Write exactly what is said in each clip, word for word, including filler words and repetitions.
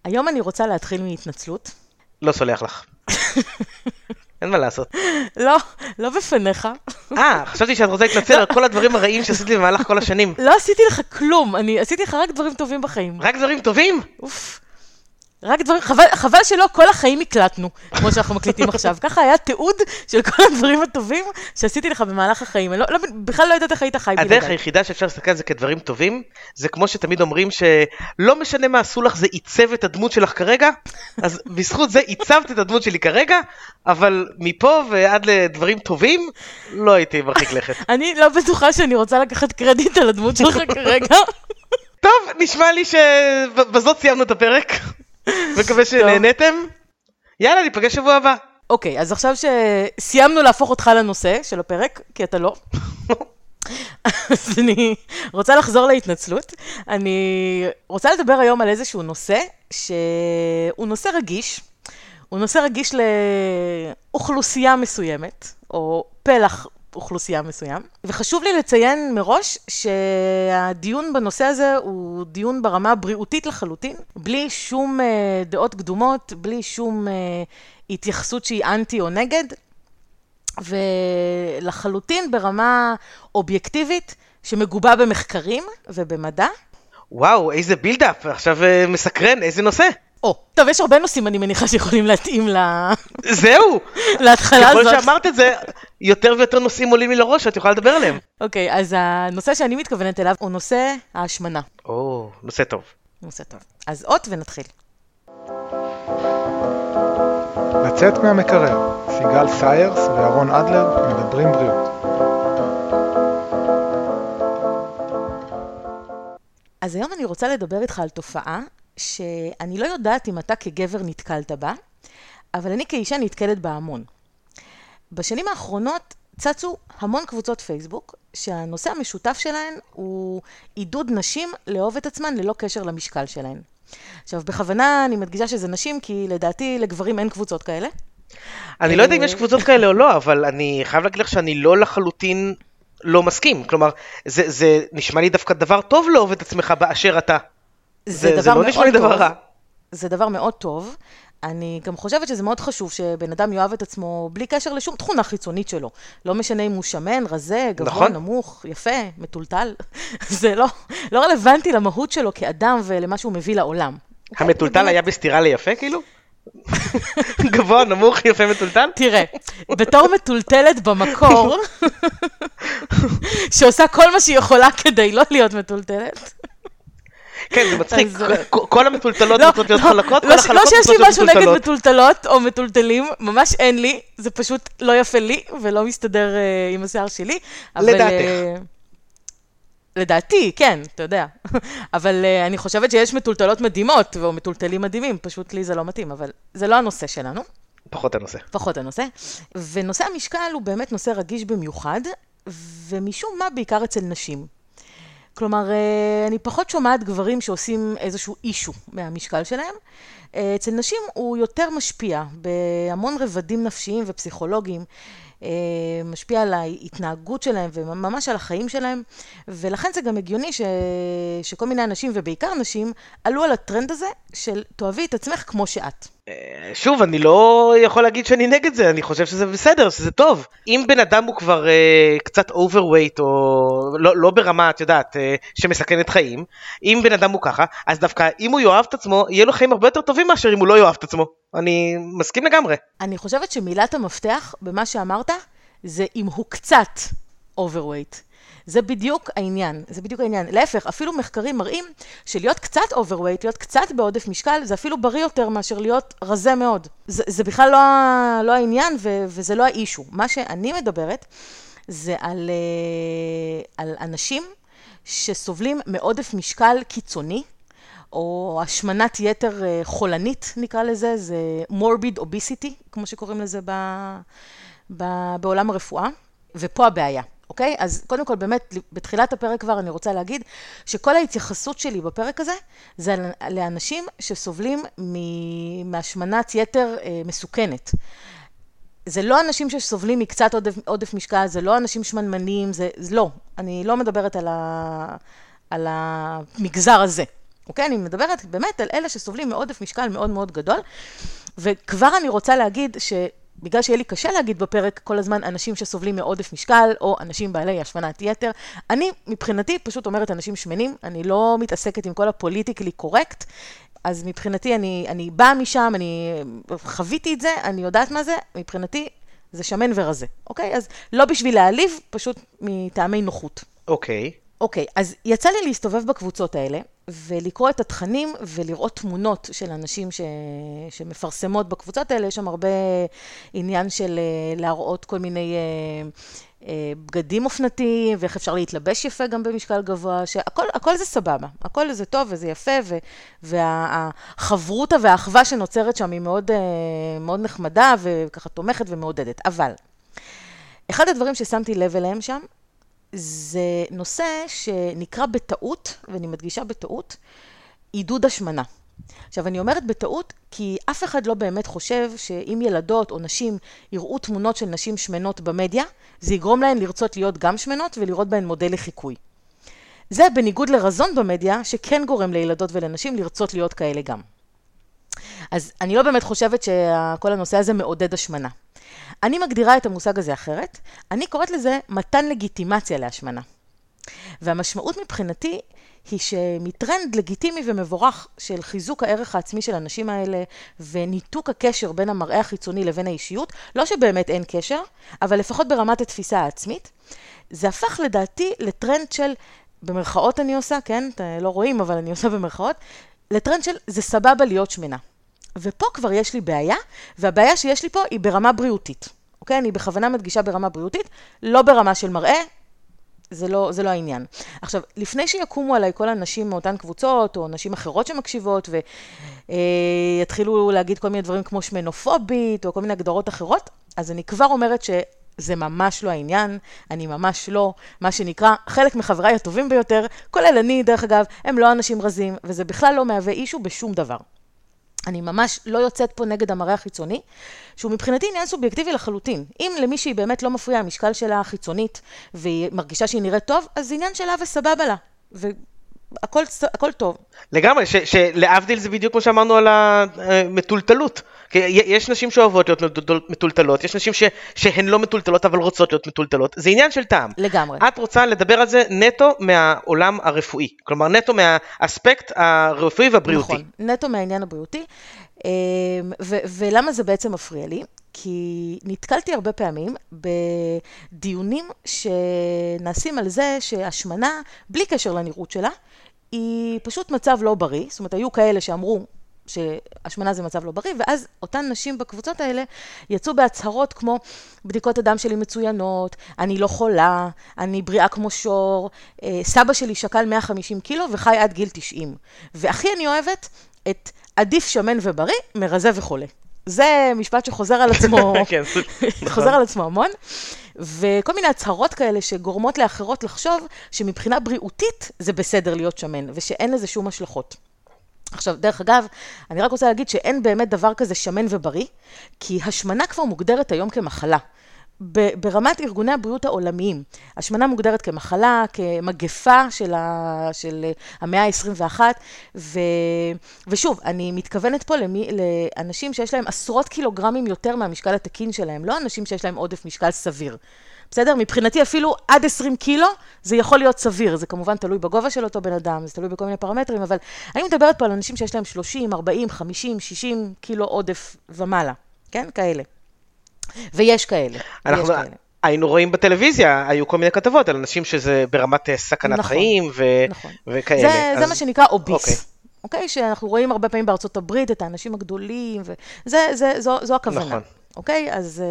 היום אני רוצה להתחיל מהתנצלות. לא סולח לך. אין מה לעשות. לא, לא בפניך. אה, חשבתי שאת רוצה להתנצל על כל הדברים הרעים שעשיתי במהלך כל השנים. לא עשיתי לך כלום, אני עשיתי לך רק דברים טובים בחיים. רק דברים טובים? אוף. רק דברים, חבל, חבל שלא כל החיים הקלטנו, כמו שאנחנו מקליטים עכשיו. ככה היה תיעוד של כל הדברים הטובים שעשיתי לך במהלך החיים. אני לא, לא, בכלל לא יודעת איך היית חי בלעדיי. הדרך היחידה שאפשר להסתכל על זה כדברים טובים, זה כמו שתמיד אומרים שלא משנה מה עשו לך, זה עיצב את הדמות שלך כרגע, אז בזכות זה עיצבת את הדמות שלי כרגע, אבל מפה ועד לדברים טובים, לא הייתי מרחיק לכת. אני לא בטוחה שאני רוצה לקחת קרדיט על הדמות שלך כרגע. טוב, נשמע לי שבזאת סיימנו את הפרק. מקווה שנהנתם. יאללה, ניפגש שבוע הבא. אוקיי, אז עכשיו שסיימנו להפוך אותך לנושא של הפרק, כי אתה לא. אז אני רוצה לחזור להתנצלות. אני רוצה לדבר היום על איזשהו נושא, שהוא נושא רגיש. הוא נושא רגיש לאוכלוסייה מסוימת, או פלח אוכלוסייה מסוים. וחשוב לי לציין מראש שהדיון בנושא הזה הוא דיון ברמה הבריאותית לחלוטין, בלי שום uh, דעות קדומות, בלי שום uh, התייחסות שהיא אנטי או נגד, ולחלוטין ברמה אובייקטיבית שמגובה במחקרים ובמדע. וואו, איזה בילדאפ, עכשיו uh, מסקרן, איזה נושא? או, טוב, יש הרבה נושאים אני מניחה שיכולים להתאים ל... זהו! להתחלה הזאת. ככל שאמרת את זה, יותר ויותר נושאים עולים לי לראש, שאת יכולה לדבר עליהם. אוקיי, אז הנושא שאני מתכוונת אליו הוא נושא ההשמנה. או, נושא טוב. נושא טוב. אז עוד ונתחיל. לצאת מהמקרר, סיגל סיירס ואהרון אדלר מדברים בריאות. אז היום אני רוצה לדבר איתך על תופעה שאני לא יודעת אם אתה כגבר נתקלת בה, אבל אני כאישה נתקלת בה המון. בשנים האחרונות צצו המון קבוצות פייסבוק, שהנושא המשותף שלהן הוא עידוד נשים לאהוב את עצמן ללא קשר למשקל שלהן. עכשיו, בכוונה אני מדגישה שזה נשים, כי לדעתי לגברים אין קבוצות כאלה. אני לא יודע אם יש קבוצות כאלה או לא, אבל אני חייב להגיד לך שאני לא לחלוטין לא מסכים. כלומר, זה, זה נשמע לי דווקא דבר טוב לאהוב את עצמך באשר אתה. זה, זה, דבר זה לא מאוד נשמע לי טוב. דבר רע. זה דבר מאוד טוב. אני גם חושבת שזה מאוד חשוב שבן אדם יאהב את עצמו בלי קשר לשום תכונה חיצונית שלו. לא משנה אם הוא שמן, רזה, גבוה, נכון. נמוך, יפה, מטולטל. זה לא, לא רלוונטי למהות שלו כאדם ולמה שהוא מביא לעולם. המטולטל היה בסתירה ליפה כאילו? גבוה, נמוך, יפה, מטולטל? תראה, בתור מטולטלת במקור, שעושה כל מה שהיא יכולה כדי לא להיות מטולטלת. כן, זה מצחיק, אז- כל המטולטלות לא, רוצות להיות לא, חלקות, לא כל ש- לא החלקות שיש לי רוצות להיות משהו נגד מטולטלות. מטולטלות או מטולטלים, ממש אין לי, זה פשוט לא יפה לי ולא מסתדר אה, עם השיער שלי. אבל, לדעתך. אה, לדעתי, כן, אתה יודע. אבל אה, אני חושבת שיש מטולטלות מדהימות, או מטולטלים מדהימים, פשוט לי זה לא מתאים, אבל זה לא הנושא שלנו. פחות הנושא. פחות הנושא. ונושא המשקל הוא באמת נושא רגיש במיוחד, ומשום מה בעיקר אצל נשים. כלומר, אני פחות שומעת גברים שעושים איזשהו אישו מהמשקל שלהם. אצל נשים הוא יותר משפיע בהמון רבדים נפשיים ופסיכולוגיים, משפיע על ההתנהגות שלהם וממש על החיים שלהם, ולכן זה גם הגיוני ש... שכל מיני אנשים ובעיקר נשים עלו על הטרנד הזה של תאהבי את עצמך כמו שאת. שוב, אני לא יכול להגיד שאני נגד זה, אני חושב שזה בסדר, שזה טוב. אם בן אדם הוא כבר uh, קצת overweight, או לא, לא ברמה, את יודעת, uh, שמסכנת חיים, אם בן אדם הוא ככה, אז דווקא אם הוא יאהב את עצמו, יהיה לו חיים הרבה יותר טובים מאשר אם הוא לא יאהב את עצמו. אני מסכים לגמרי. אני חושבת שמילת המפתח במה שאמרת, זה אם הוא קצת overweight. זה בדיוק העניין, זה בדיוק העניין. להפך, אפילו מחקרים מראים שלהיות קצת overweight, להיות קצת בעודף משקל, זה אפילו בריא יותר מאשר להיות רזה מאוד. זה, זה בכלל לא, לא העניין ו, וזה לא האישו. מה שאני מדברת זה על, על אנשים שסובלים מעודף משקל קיצוני, או השמנת יתר חולנית נקרא לזה, זה morbid obesity, כמו שקוראים לזה ב, ב, בעולם הרפואה, ופה הבעיה. אוקיי? אז קודם כל באמת, בתחילת הפרק כבר אני רוצה להגיד, שכל ההתייחסות שלי בפרק הזה, זה לאנשים שסובלים מהשמנת יתר מסוכנת. זה לא אנשים שסובלים מקצת עודף, עודף משקל, זה לא אנשים שמנמנים, זה, זה לא. אני לא מדברת על, ה, על המגזר הזה, אוקיי? אני מדברת באמת על אלה שסובלים מעודף משקל מאוד מאוד גדול, וכבר אני רוצה להגיד ש... בגלל שיהיה לי קשה להגיד בפרק כל הזמן אנשים שסובלים מעודף משקל, או אנשים בעלי השמנת יתר, אני מבחינתי פשוט אומרת אנשים שמנים, אני לא מתעסקת עם כל הפוליטיקלי קורקט, אז מבחינתי אני, אני באה משם, אני חוויתי את זה, אני יודעת מה זה, מבחינתי זה שמן ורזה, אוקיי? אז לא בשביל להעליב, פשוט מטעמי נוחות. אוקיי. אוקיי, אז יצא לי להסתובב בקבוצות האלה, ולקרוא את התכנים ולראות תמונות של אנשים ש... שמפרסמות בקבוצות האלה. יש שם הרבה עניין של להראות כל מיני בגדים אופנתיים, ואיך אפשר להתלבש יפה גם במשקל גבוה, שהכל הכל זה סבבה, הכל זה טוב וזה יפה, ו... והחברותה והאחווה שנוצרת שם היא מאוד, מאוד נחמדה, וככה תומכת ומעודדת. אבל אחד הדברים ששמתי לב אליהם שם, זה נושא שנקרא בטעות, ואני מדגישה בטעות, עידוד השמנה. עכשיו, אני אומרת בטעות, כי אף אחד לא באמת חושב שאם ילדות או נשים יראו תמונות של נשים שמנות במדיה, זה יגרום להן לרצות להיות גם שמנות ולראות בהן מודל לחיקוי. זה בניגוד לרזון במדיה, שכן גורם לילדות ולנשים לרצות להיות כאלה גם. אז אני לא באמת חושבת שכל הנושא הזה מעודד השמנה. אני מגדירה את המושג הזה אחרת, אני קוראת לזה מתן לגיטימציה להשמנה. והמשמעות מבחינתי היא שמטרנד לגיטימי ומבורך של חיזוק הערך העצמי של האנשים האלה, וניתוק הקשר בין המראה החיצוני לבין האישיות, לא שבאמת אין קשר, אבל לפחות ברמת התפיסה העצמית, זה הפך לדעתי לטרנד של, במרכאות אני עושה, כן, לא רואים אבל אני עושה במרכאות, לטרנד של זה סבבה להיות שמנה. ופה כבר יש לי בעיה, והבעיה שיש לי פה היא ברמה בריאותית. אוקיי? אני בכוונה מדגישה ברמה בריאותית, לא ברמה של מראה, זה לא, זה לא העניין. עכשיו, לפני שיקומו עליי כל הנשים מאותן קבוצות, או נשים אחרות שמקשיבות, ויתחילו להגיד כל מיני דברים כמו שמנופובית, או כל מיני הגדרות אחרות, אז אני כבר אומרת שזה ממש לא העניין, אני ממש לא, מה שנקרא, חלק מחבריי הטובים ביותר, כולל אני, דרך אגב, הם לא אנשים רזים, וזה בכלל לא מהווה אישו בשום דבר. אני ממש לא יוצאת פה נגד המראה החיצוני, שהוא מבחינתי עניין סובייקטיבי לחלוטין. אם למישהי באמת לא מפריע המשקל שלה חיצונית, והיא מרגישה שהיא נראית טוב, אז זה עניין שלה וסבבה לה. והכל הכל טוב. לגמרי, ש, שלהבדיל זה בדיוק כמו שאמרנו על המטולטלות. יש נשים שאוהבות להיות מטולטלות, יש נשים ש, שהן לא מטולטלות אבל רוצות להיות מטולטלות. זה עניין של טעם. לגמרי. את רוצה לדבר על זה נטו מהעולם הרפואי. כלומר, נטו מהאספקט הרפואי והבריאותי. נכון, נטו מהעניין הבריאותי. ו- ולמה זה בעצם מפריע לי? כי נתקלתי הרבה פעמים בדיונים שנעשים על זה שהשמנה, בלי קשר לנראות שלה, היא פשוט מצב לא בריא. זאת אומרת, היו כאלה שאמרו שהשמנה זה מצב לא בריא, ואז אותן נשים בקבוצות האלה יצאו בהצהרות כמו בדיקות הדם שלי מצוינות, אני לא חולה, אני בריאה כמו שור, סבא שלי שקל מאה וחמישים קילו וחי עד גיל תשעים. והכי אני אוהבת את עדיף שמן ובריא, מרזה וחולה. זה משפט שחוזר על עצמו, חוזר על עצמו המון, וכל מיני הצהרות כאלה שגורמות לאחרות לחשוב שמבחינה בריאותית זה בסדר להיות שמן, ושאין לזה שום השלכות. עכשיו, דרך אגב, אני רק רוצה להגיד שאין באמת דבר כזה שמן ובריא, כי השמנה כבר מוגדרת היום כמחלה. ברמת ארגוני הבריאות העולמיים, השמנה מוגדרת כמחלה, כמגפה של, ה, של המאה ה-עשרים ואחת, ו, ושוב, אני מתכוונת פה למי, לאנשים שיש להם עשרות קילוגרמים יותר מהמשקל התקין שלהם, לא אנשים שיש להם עודף משקל סביר. בסדר? מבחינתי אפילו עד עשרים קילו זה יכול להיות סביר, זה כמובן תלוי בגובה של אותו בן אדם, זה תלוי בכל מיני פרמטרים, אבל אני מדברת פה על אנשים שיש להם שלושים, ארבעים, חמישים, שישים קילו עודף ומעלה, כן? כאלה. ויש כאלה. אנחנו ויש כאלה. היינו רואים בטלוויזיה, היו כל מיני כתבות על אנשים שזה ברמת סכנת נכון, חיים ו... נכון. וכאלה. זה, אז... זה מה שנקרא אוביס. אוקיי. אוקיי? שאנחנו רואים הרבה פעמים בארצות הברית את האנשים הגדולים, וזה, זה, זו, זו הכוונה. נכון. אוקיי? אז...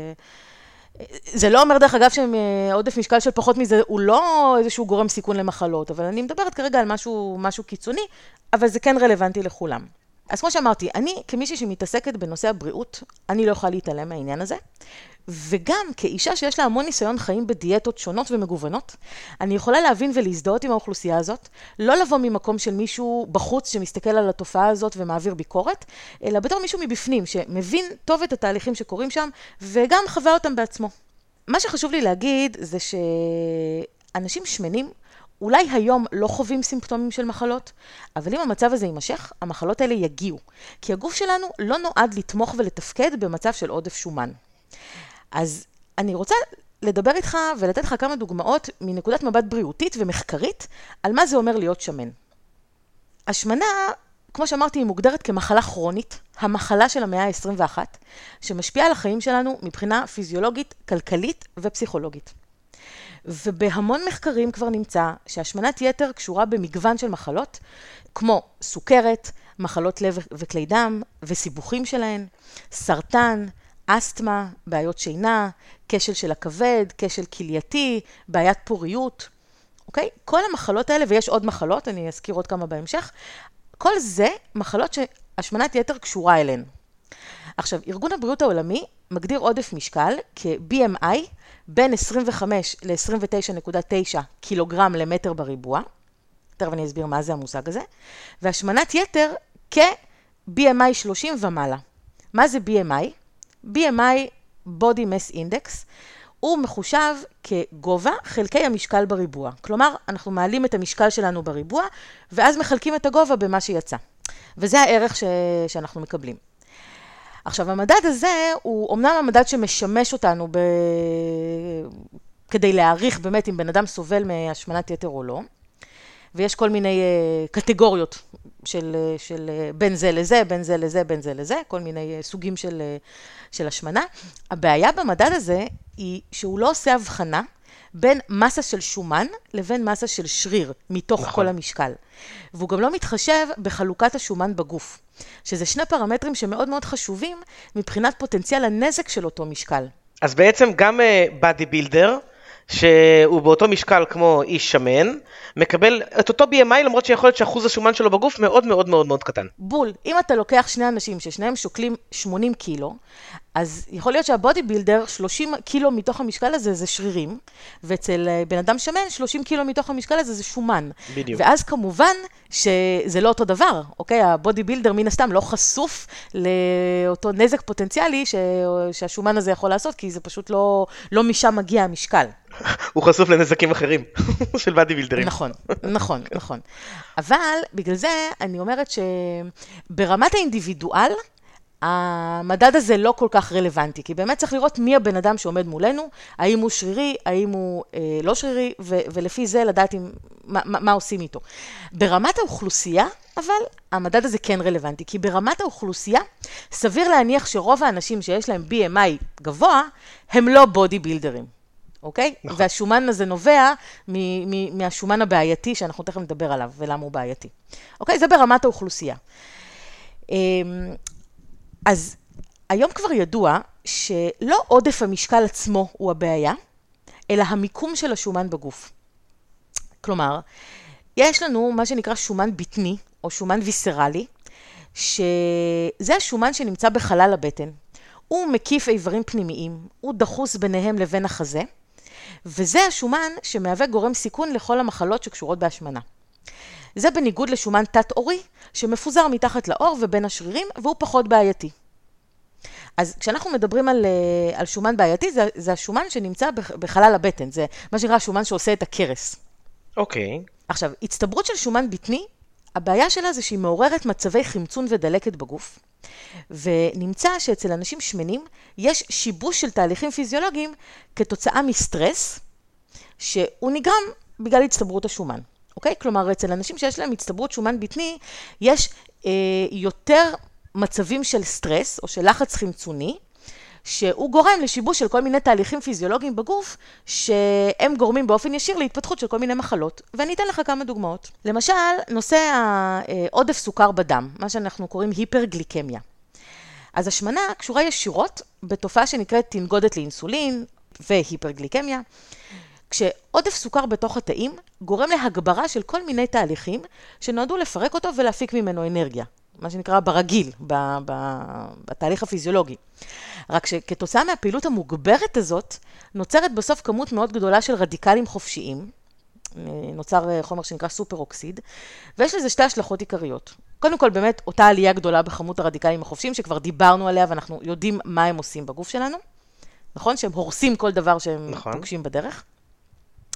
זה לא אומר דרך אגב שעודף משקל של פחות מזה הוא לא איזשהו גורם סיכון למחלות, אבל אני מדברת כרגע על משהו, משהו קיצוני, אבל זה כן רלוונטי לכולם. אז כמו שאמרתי, אני כמישהי שמתעסקת בנושא הבריאות, אני לא יכולה להתעלם מהעניין הזה, וגם כאישה שיש לה המון ניסיון חיים בדיאטות שונות ומגוונות, אני יכולה להבין ולהזדהות עם האוכלוסייה הזאת, לא לבוא ממקום של מישהו בחוץ שמסתכל על התופעה הזאת ומעביר ביקורת, אלא בתור מישהו מבפנים שמבין טוב את התהליכים שקורים שם, וגם חווה אותם בעצמו. מה שחשוב לי להגיד זה שאנשים שמנים, אולי היום לא חווים סימפטומים של מחלות, אבל אם המצב הזה יימשך, המחלות האלה יגיעו. כי הגוף שלנו לא נועד לתמוך ולתפקד במצב של עודף שומן. אז אני רוצה לדבר איתך ולתת לך כמה דוגמאות מנקודת מבט בריאותית ומחקרית על מה זה אומר להיות שמן. השמנה, כמו שאמרתי, היא מוגדרת כמחלה כרונית, המחלה של המאה ה-עשרים ואחת, שמשפיעה על החיים שלנו מבחינה פיזיולוגית, כלכלית ופסיכולוגית. ובהמון מחקרים כבר נמצא שהשמנת יתר קשורה במגוון של מחלות, כמו סוכרת, מחלות לב וכלי דם וסיבוכים שלהן, סרטן, אסתמה, בעיות שינה, כשל של הכבד, כשל כלייתי, בעיית פוריות, אוקיי? כל המחלות האלה, ויש עוד מחלות, אני אזכיר עוד כמה בהמשך, כל זה מחלות שהשמנת יתר קשורה אליהן. עכשיו, ארגון הבריאות העולמי מגדיר עודף משקל כ-בי אם איי בין עשרים וחמש ל-עשרים ותשע נקודה תשע קילוגרם למטר בריבוע. תכף אני אסביר מה זה המושג הזה. והשמנת יתר כ-בי אם איי שלושים ומעלה. מה זה בי אם איי? בי אם איי Body Mass Index הוא מחושב כגובה חלקי המשקל בריבוע. כלומר, אנחנו מעלים את המשקל שלנו בריבוע, ואז מחלקים את הגובה במה שיצא. וזה הערך ש... שאנחנו מקבלים. עכשיו, המדד הזה הוא אומנם המדד שמשמש אותנו ב... כדי להעריך באמת אם בן אדם סובל מהשמנת יתר או לא, ויש כל מיני uh, קטגוריות של, uh, של uh, בין זה לזה, בין זה לזה, בין זה לזה, כל מיני uh, סוגים של, uh, של השמנה. הבעיה במדד הזה היא שהוא לא עושה הבחנה בין מסה של שומן לבין מסה של שריר מתוך נכון. כל המשקל. והוא גם לא מתחשב בחלוקת השומן בגוף, שזה שני פרמטרים שמאוד מאוד חשובים מבחינת פוטנציאל הנזק של אותו משקל. אז בעצם גם בדי בילדר, שהוא באותו משקל כמו איש שמן, מקבל את אותו בי אם איי, למרות שיכול להיות שאחוז השומן שלו בגוף מאוד מאוד מאוד מאוד קטן. בול, אם אתה לוקח שני אנשים ששניהם שוקלים שמונים קילו, אז יכול להיות שהבודי בילדר, שלושים קילו מתוך המשקל הזה זה שרירים, ואצל בן אדם שמן, שלושים קילו מתוך המשקל הזה זה שומן. בדיוק. ואז כמובן שזה לא אותו דבר, אוקיי? הבודי בילדר מן הסתם לא חשוף לאותו נזק פוטנציאלי ש... שהשומן הזה יכול לעשות, כי זה פשוט לא, לא משם מגיע המשקל. הוא חשוף לנזקים אחרים של בדי בילדרים. נכון, נכון, נכון. אבל בגלל זה אני אומרת שברמת האינדיבידואל, המדד הזה לא כל כך רלוונטי, כי באמת צריך לראות מי הבן אדם שעומד מולנו, האם הוא שרירי, האם הוא אה, לא שרירי, ו- ולפי זה לדעת עם, מה, מה, מה עושים איתו. ברמת האוכלוסייה, אבל המדד הזה כן רלוונטי, כי ברמת האוכלוסייה, סביר להניח שרוב האנשים שיש להם בי אם איי גבוה, הם לא בודי בילדרים. אוקיי? נכון. והשומן הזה נובע מ- מ- מהשומן הבעייתי, שאנחנו תכף נדבר עליו, ולמה הוא בעייתי. אוקיי? זה ברמת האוכלוסייה. אז היום כבר ידוע שלא עודף המשקל עצמו הוא הבעיה, אלא המיקום של השומן בגוף. כלומר, יש לנו מה שנקרא שומן בטני, או שומן ויסרלי, שזה השומן שנמצא בחלל הבטן. הוא מקיף איברים פנימיים, הוא דחוס ביניהם לבין החזה, וזה השומן שמהווה גורם סיכון לכל המחלות שקשורות בהשמנה. זה בניגוד לשומן תת-עורי, שמפוזר מתחת לעור ובין השרירים, והוא פחות בעייתי. אז כשאנחנו מדברים על, על שומן בעייתי, זה, זה השומן שנמצא בחלל הבטן, זה מה שנקרא השומן שעושה את הקרס. אוקיי. Okay. עכשיו, הצטברות של שומן בטני, הבעיה שלה זה שהיא מעוררת מצבי חמצון ודלקת בגוף, ונמצא שאצל אנשים שמנים יש שיבוש של תהליכים פיזיולוגיים כתוצאה מסטרס, שהוא נגרם בגלל הצטברות השומן. אוקיי? כלומר, אצל אנשים שיש להם הצטברות שומן בטני, יש אה, יותר מצבים של סטרס או של לחץ חמצוני, שהוא גורם לשיבוש של כל מיני תהליכים פיזיולוגיים בגוף, שהם גורמים באופן ישיר להתפתחות של כל מיני מחלות. ואני אתן לך כמה דוגמאות. למשל, נושא העודף סוכר בדם, מה שאנחנו קוראים היפרגליקמיה. אז השמנה קשורה ישירות בתופעה שנקראת תנגודת לאינסולין והיפרגליקמיה, כשעודף סוכר בתוך התאים גורם להגברה של כל מיני תהליכים שנועדו לפרק אותו ולהפיק ממנו אנרגיה. מה שנקרא ברגיל, ב- ב- בתהליך הפיזיולוגי. רק שכתוצאה מהפעילות המוגברת הזאת, נוצרת בסוף כמות מאוד גדולה של רדיקלים חופשיים, נוצר חומר שנקרא סופר-אוקסיד, ויש לזה שתי השלכות עיקריות. קודם כל, באמת, אותה עלייה גדולה בכמות הרדיקלים החופשיים, שכבר דיברנו עליה, ואנחנו יודעים מה הם עושים בגוף שלנו, נכון? שהם הורסים כל דבר שהם נכון. פוגשים בדרך.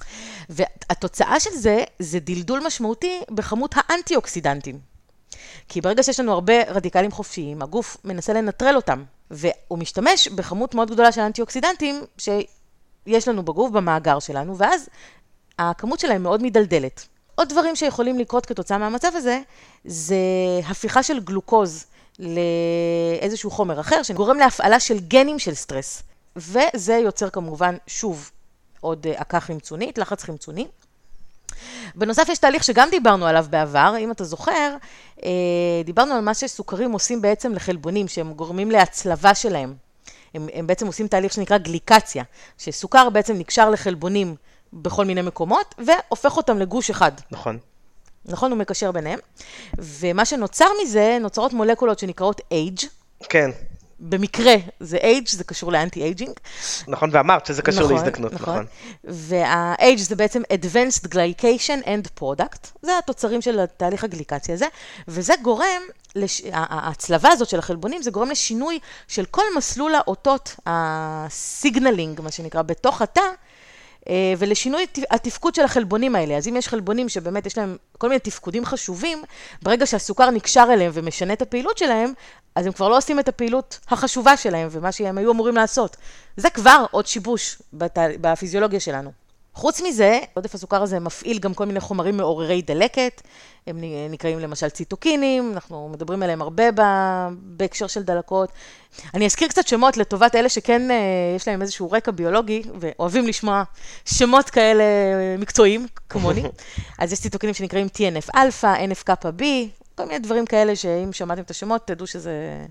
והתוצאה של זה, זה דלדול משמעותי בכמות האנטי-אוקסידנטים. כי ברגע שיש לנו הרבה רדיקלים חופשיים, הגוף מנסה לנטרל אותם, והוא משתמש בכמות מאוד גדולה של אנטי-אוקסידנטים שיש לנו בגוף, במאגר שלנו, ואז הכמות שלהם מאוד מדלדלת. עוד דברים שיכולים לקרות כתוצאה מהמצב הזה, זה הפיכה של גלוקוז לאיזשהו חומר אחר, שגורם להפעלה של גנים של סטרס. וזה יוצר כמובן שוב עוד עקה חמצונית, לחץ חמצוני. בנוסף יש תהליך שגם דיברנו עליו בעבר, אם אתה זוכר, דיברנו על מה שסוכרים עושים בעצם לחלבונים, שהם גורמים להצלבה שלהם. הם, הם בעצם עושים תהליך שנקרא גליקציה, שסוכר בעצם נקשר לחלבונים בכל מיני מקומות, והופך אותם לגוש אחד. נכון. נכון, הוא מקשר ביניהם. ומה שנוצר מזה, נוצרות מולקולות שנקראות Age. כן. במקרה זה Age, זה קשור לאנטי-אייג'ינג. נכון, ואמרת שזה קשור נכון, להזדקנות, נכון. נכון. וה-Age זה בעצם Advanced Glycation End Product, זה התוצרים של התהליך הגליקציה הזה, וזה גורם, לש... ההצלבה הזאת של החלבונים, זה גורם לשינוי של כל מסלול האותות, הסיגנלינג, מה שנקרא, בתוך התא, ולשינוי התפקוד של החלבונים האלה. אז אם יש חלבונים שבאמת יש להם כל מיני תפקודים חשובים, ברגע שהסוכר נקשר אליהם ומשנה את הפעילות שלהם, אז הם כבר לא עושים את הפעילות החשובה שלהם, ומה שהם היו אמורים לעשות. זה כבר עוד שיבוש בת... בפיזיולוגיה שלנו. חוץ מזה, עודף הסוכר הזה מפעיל גם כל מיני חומרים מעוררי דלקת, הם נקראים למשל ציטוקינים, אנחנו מדברים עליהם הרבה בהקשר של דלקות. אני אזכיר קצת שמות לטובת אלה שכן יש להם איזשהו רקע ביולוגי, ואוהבים לשמוע שמות כאלה מקצועיים, כמוני. אז יש ציטוקינים שנקראים טי אן אף אלפא, אן אף קאפה בי, כל מיני דברים כאלה שאם שמעתם את השמות, תדעו שזה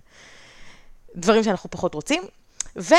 דברים שאנחנו פחות רוצים. ו...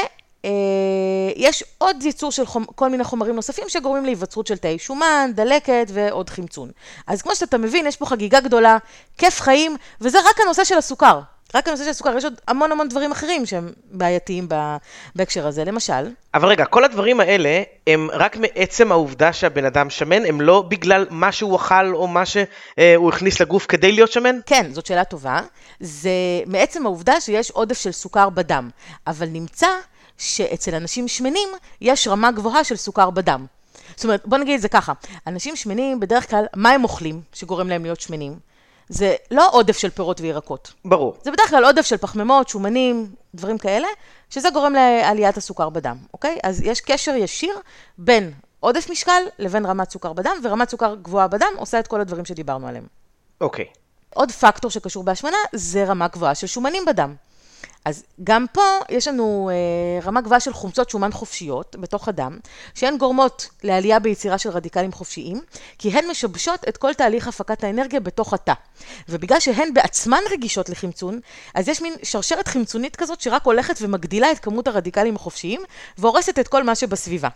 יש עוד ייצור של חומ... כל מיני חומרים נוספים שגורמים להיווצרות של תאי שומן, דלקת ועוד חמצון. אז כמו שאתה מבין, יש פה חגיגה גדולה, כיף חיים, וזה רק הנושא של הסוכר. רק הנושא של הסוכר, יש עוד המון המון דברים אחרים שהם בעייתיים בהקשר הזה, למשל. אבל רגע, כל הדברים האלה הם רק מעצם העובדה שהבן אדם שמן, הם לא בגלל מה שהוא אכל או מה שהוא הכניס לגוף כדי להיות שמן? כן, זאת שאלה טובה. זה מעצם העובדה שיש עודף של סוכר בדם, אבל נמצא שאצל אנשים שמנים יש רמה גבוהה של סוכר בדם. זאת אומרת, בוא נגיד את זה ככה, אנשים שמנים בדרך כלל, מה הם אוכלים שגורם להם להיות שמנים? זה לא עודף של פירות וירקות. ברור. זה בדרך כלל עודף של פחמימות, שומנים, דברים כאלה, שזה גורם לעליית הסוכר בדם, אוקיי? אז יש קשר ישיר בין עודף משקל לבין רמת סוכר בדם, ורמת סוכר גבוהה בדם עושה את כל הדברים שדיברנו עליהם. אוקיי. עוד פקטור שקשור בהשמנה זה רמה גבוהה של שומנים בדם. אז גם פה יש לנו אה, רמה גבוהה של חומצות שומן חופשיות בתוך הדם, שהן גורמות לעלייה ביצירה של רדיקלים חופשיים, כי הן משבשות את כל תהליך הפקת האנרגיה בתוך התא. ובגלל שהן בעצמן רגישות לחמצון, אז יש מין שרשרת חמצונית כזאת שרק הולכת ומגדילה את כמות הרדיקלים החופשיים, והורסת את כל מה שבסביבה.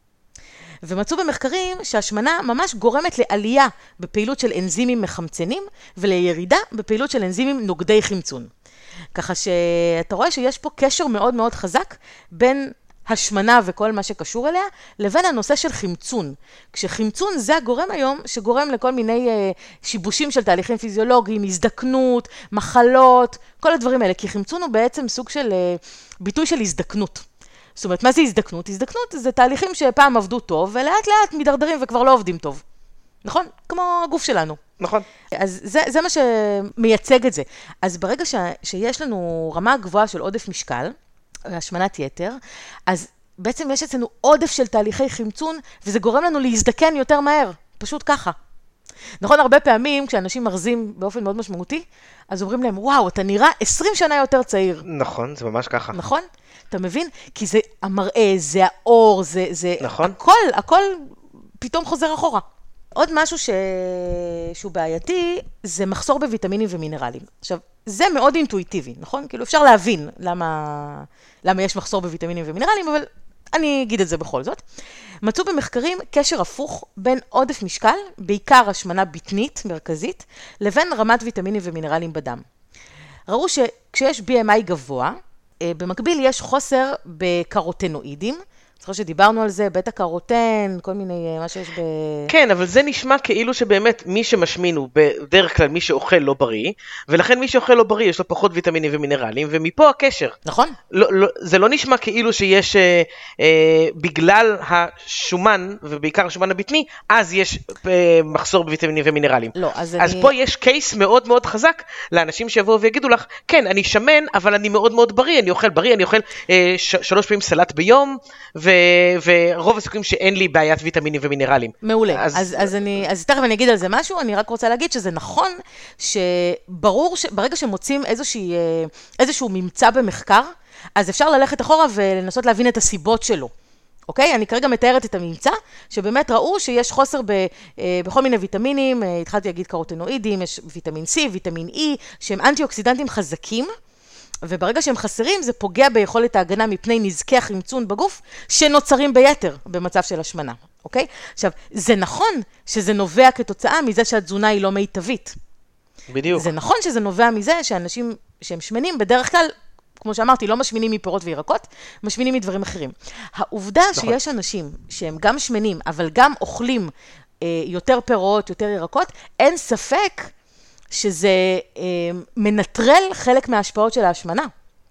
ומצאו במחקרים שהשמנה ממש גורמת לעלייה בפעילות של אנזימים מחמצנים, ולירידה בפעילות של אנזימים נוגדי חמצון. ככה שאתה רואה שיש פה קשר מאוד מאוד חזק בין השמנה וכל מה שקשור אליה, לבין הנושא של חמצון. כשחמצון זה הגורם היום שגורם לכל מיני שיבושים של תהליכים פיזיולוגיים, הזדקנות, מחלות, כל הדברים האלה. כי חמצון הוא בעצם סוג של ביטוי של הזדקנות. זאת אומרת, מה זה הזדקנות? הזדקנות זה תהליכים שפעם עבדו טוב, ולאט לאט מדרדרים וכבר לא עובדים טוב. נכון? כמו הגוף שלנו. נכון. אז זה, זה מה שמייצג את זה. אז ברגע ש, שיש לנו רמה גבוהה של עודף משקל, השמנת יתר, אז בעצם יש אצלנו עודף של תהליכי חמצון, וזה גורם לנו להזדקן יותר מהר. פשוט ככה. נכון, הרבה פעמים כשאנשים מרזים באופן מאוד משמעותי, אז אומרים להם, וואו, אתה נראה עשרים שנה יותר צעיר. נכון, זה ממש ככה. נכון? אתה מבין? כי זה המראה, זה האור, זה, זה נכון. הכל, הכל פתאום חוזר אחורה. עוד משהו ש... שהוא בעייתי, זה מחסור בוויטמינים ומינרלים. עכשיו, זה מאוד אינטואיטיבי, נכון? כאילו אפשר להבין למה, למה יש מחסור בוויטמינים ומינרלים, אבל אני אגיד את זה בכל זאת. מצאו במחקרים קשר הפוך בין עודף משקל, בעיקר השמנה בטנית מרכזית, לבין רמת ויטמינים ומינרלים בדם. ראו שכשיש בי אם איי גבוה, במקביל יש חוסר בקרוטנואידים, זוכר שדיברנו על זה, בטא קרוטן, כל מיני, מה שיש ב... כן, אבל זה נשמע כאילו שבאמת מי שמשמין הוא בדרך כלל מי שאוכל לא בריא, ולכן מי שאוכל לא בריא יש לו פחות ויטמינים ומינרלים, ומפה הקשר. נכון. לא, לא, זה לא נשמע כאילו שיש, אה, אה, בגלל השומן, ובעיקר השומן הבטני, אז יש אה, מחסור בוויטמינים ומינרלים. לא, אז, אז אני... פה יש קייס מאוד מאוד חזק לאנשים שיבואו ויגידו לך, כן, אני שמן, אבל אני מאוד מאוד בריא, אני אוכל בריא, אני אוכל אה, ש- שלוש פעמים סלט ביום, ו... ורוב הסיכויים שאין לי בעיית ויטמינים ומינרלים. מעולה. אז, אז, אז, אני, אז תכף אני אגיד על זה משהו, אני רק רוצה להגיד שזה נכון, שברור שברגע שמוצאים איזושהי, איזשהו ממצא במחקר, אז אפשר ללכת אחורה ולנסות להבין את הסיבות שלו. אוקיי? אני כרגע מתארת את הממצא, שבאמת ראו שיש חוסר ב, בכל מיני ויטמינים, התחלתי להגיד קרוטנואידים, יש ויטמין C, ויטמין E, שהם אנטי-אוקסידנטים חזקים, וברגע שהם חסרים, זה פוגע ביכולת ההגנה מפני נזקי החמצון בגוף, שנוצרים ביתר במצב של השמנה, אוקיי? עכשיו, זה נכון שזה נובע כתוצאה מזה שהתזונה היא לא מיטבית. בדיוק. זה נכון שזה נובע מזה שאנשים שהם שמנים, בדרך כלל, כמו שאמרתי, לא משמינים מפירות וירקות, משמינים מדברים אחרים. העובדה נכון. שיש אנשים שהם גם שמנים, אבל גם אוכלים אה, יותר פירות, יותר ירקות, אין ספק שזה אה, מנטרל חלק מההשפעות של ההשמנה.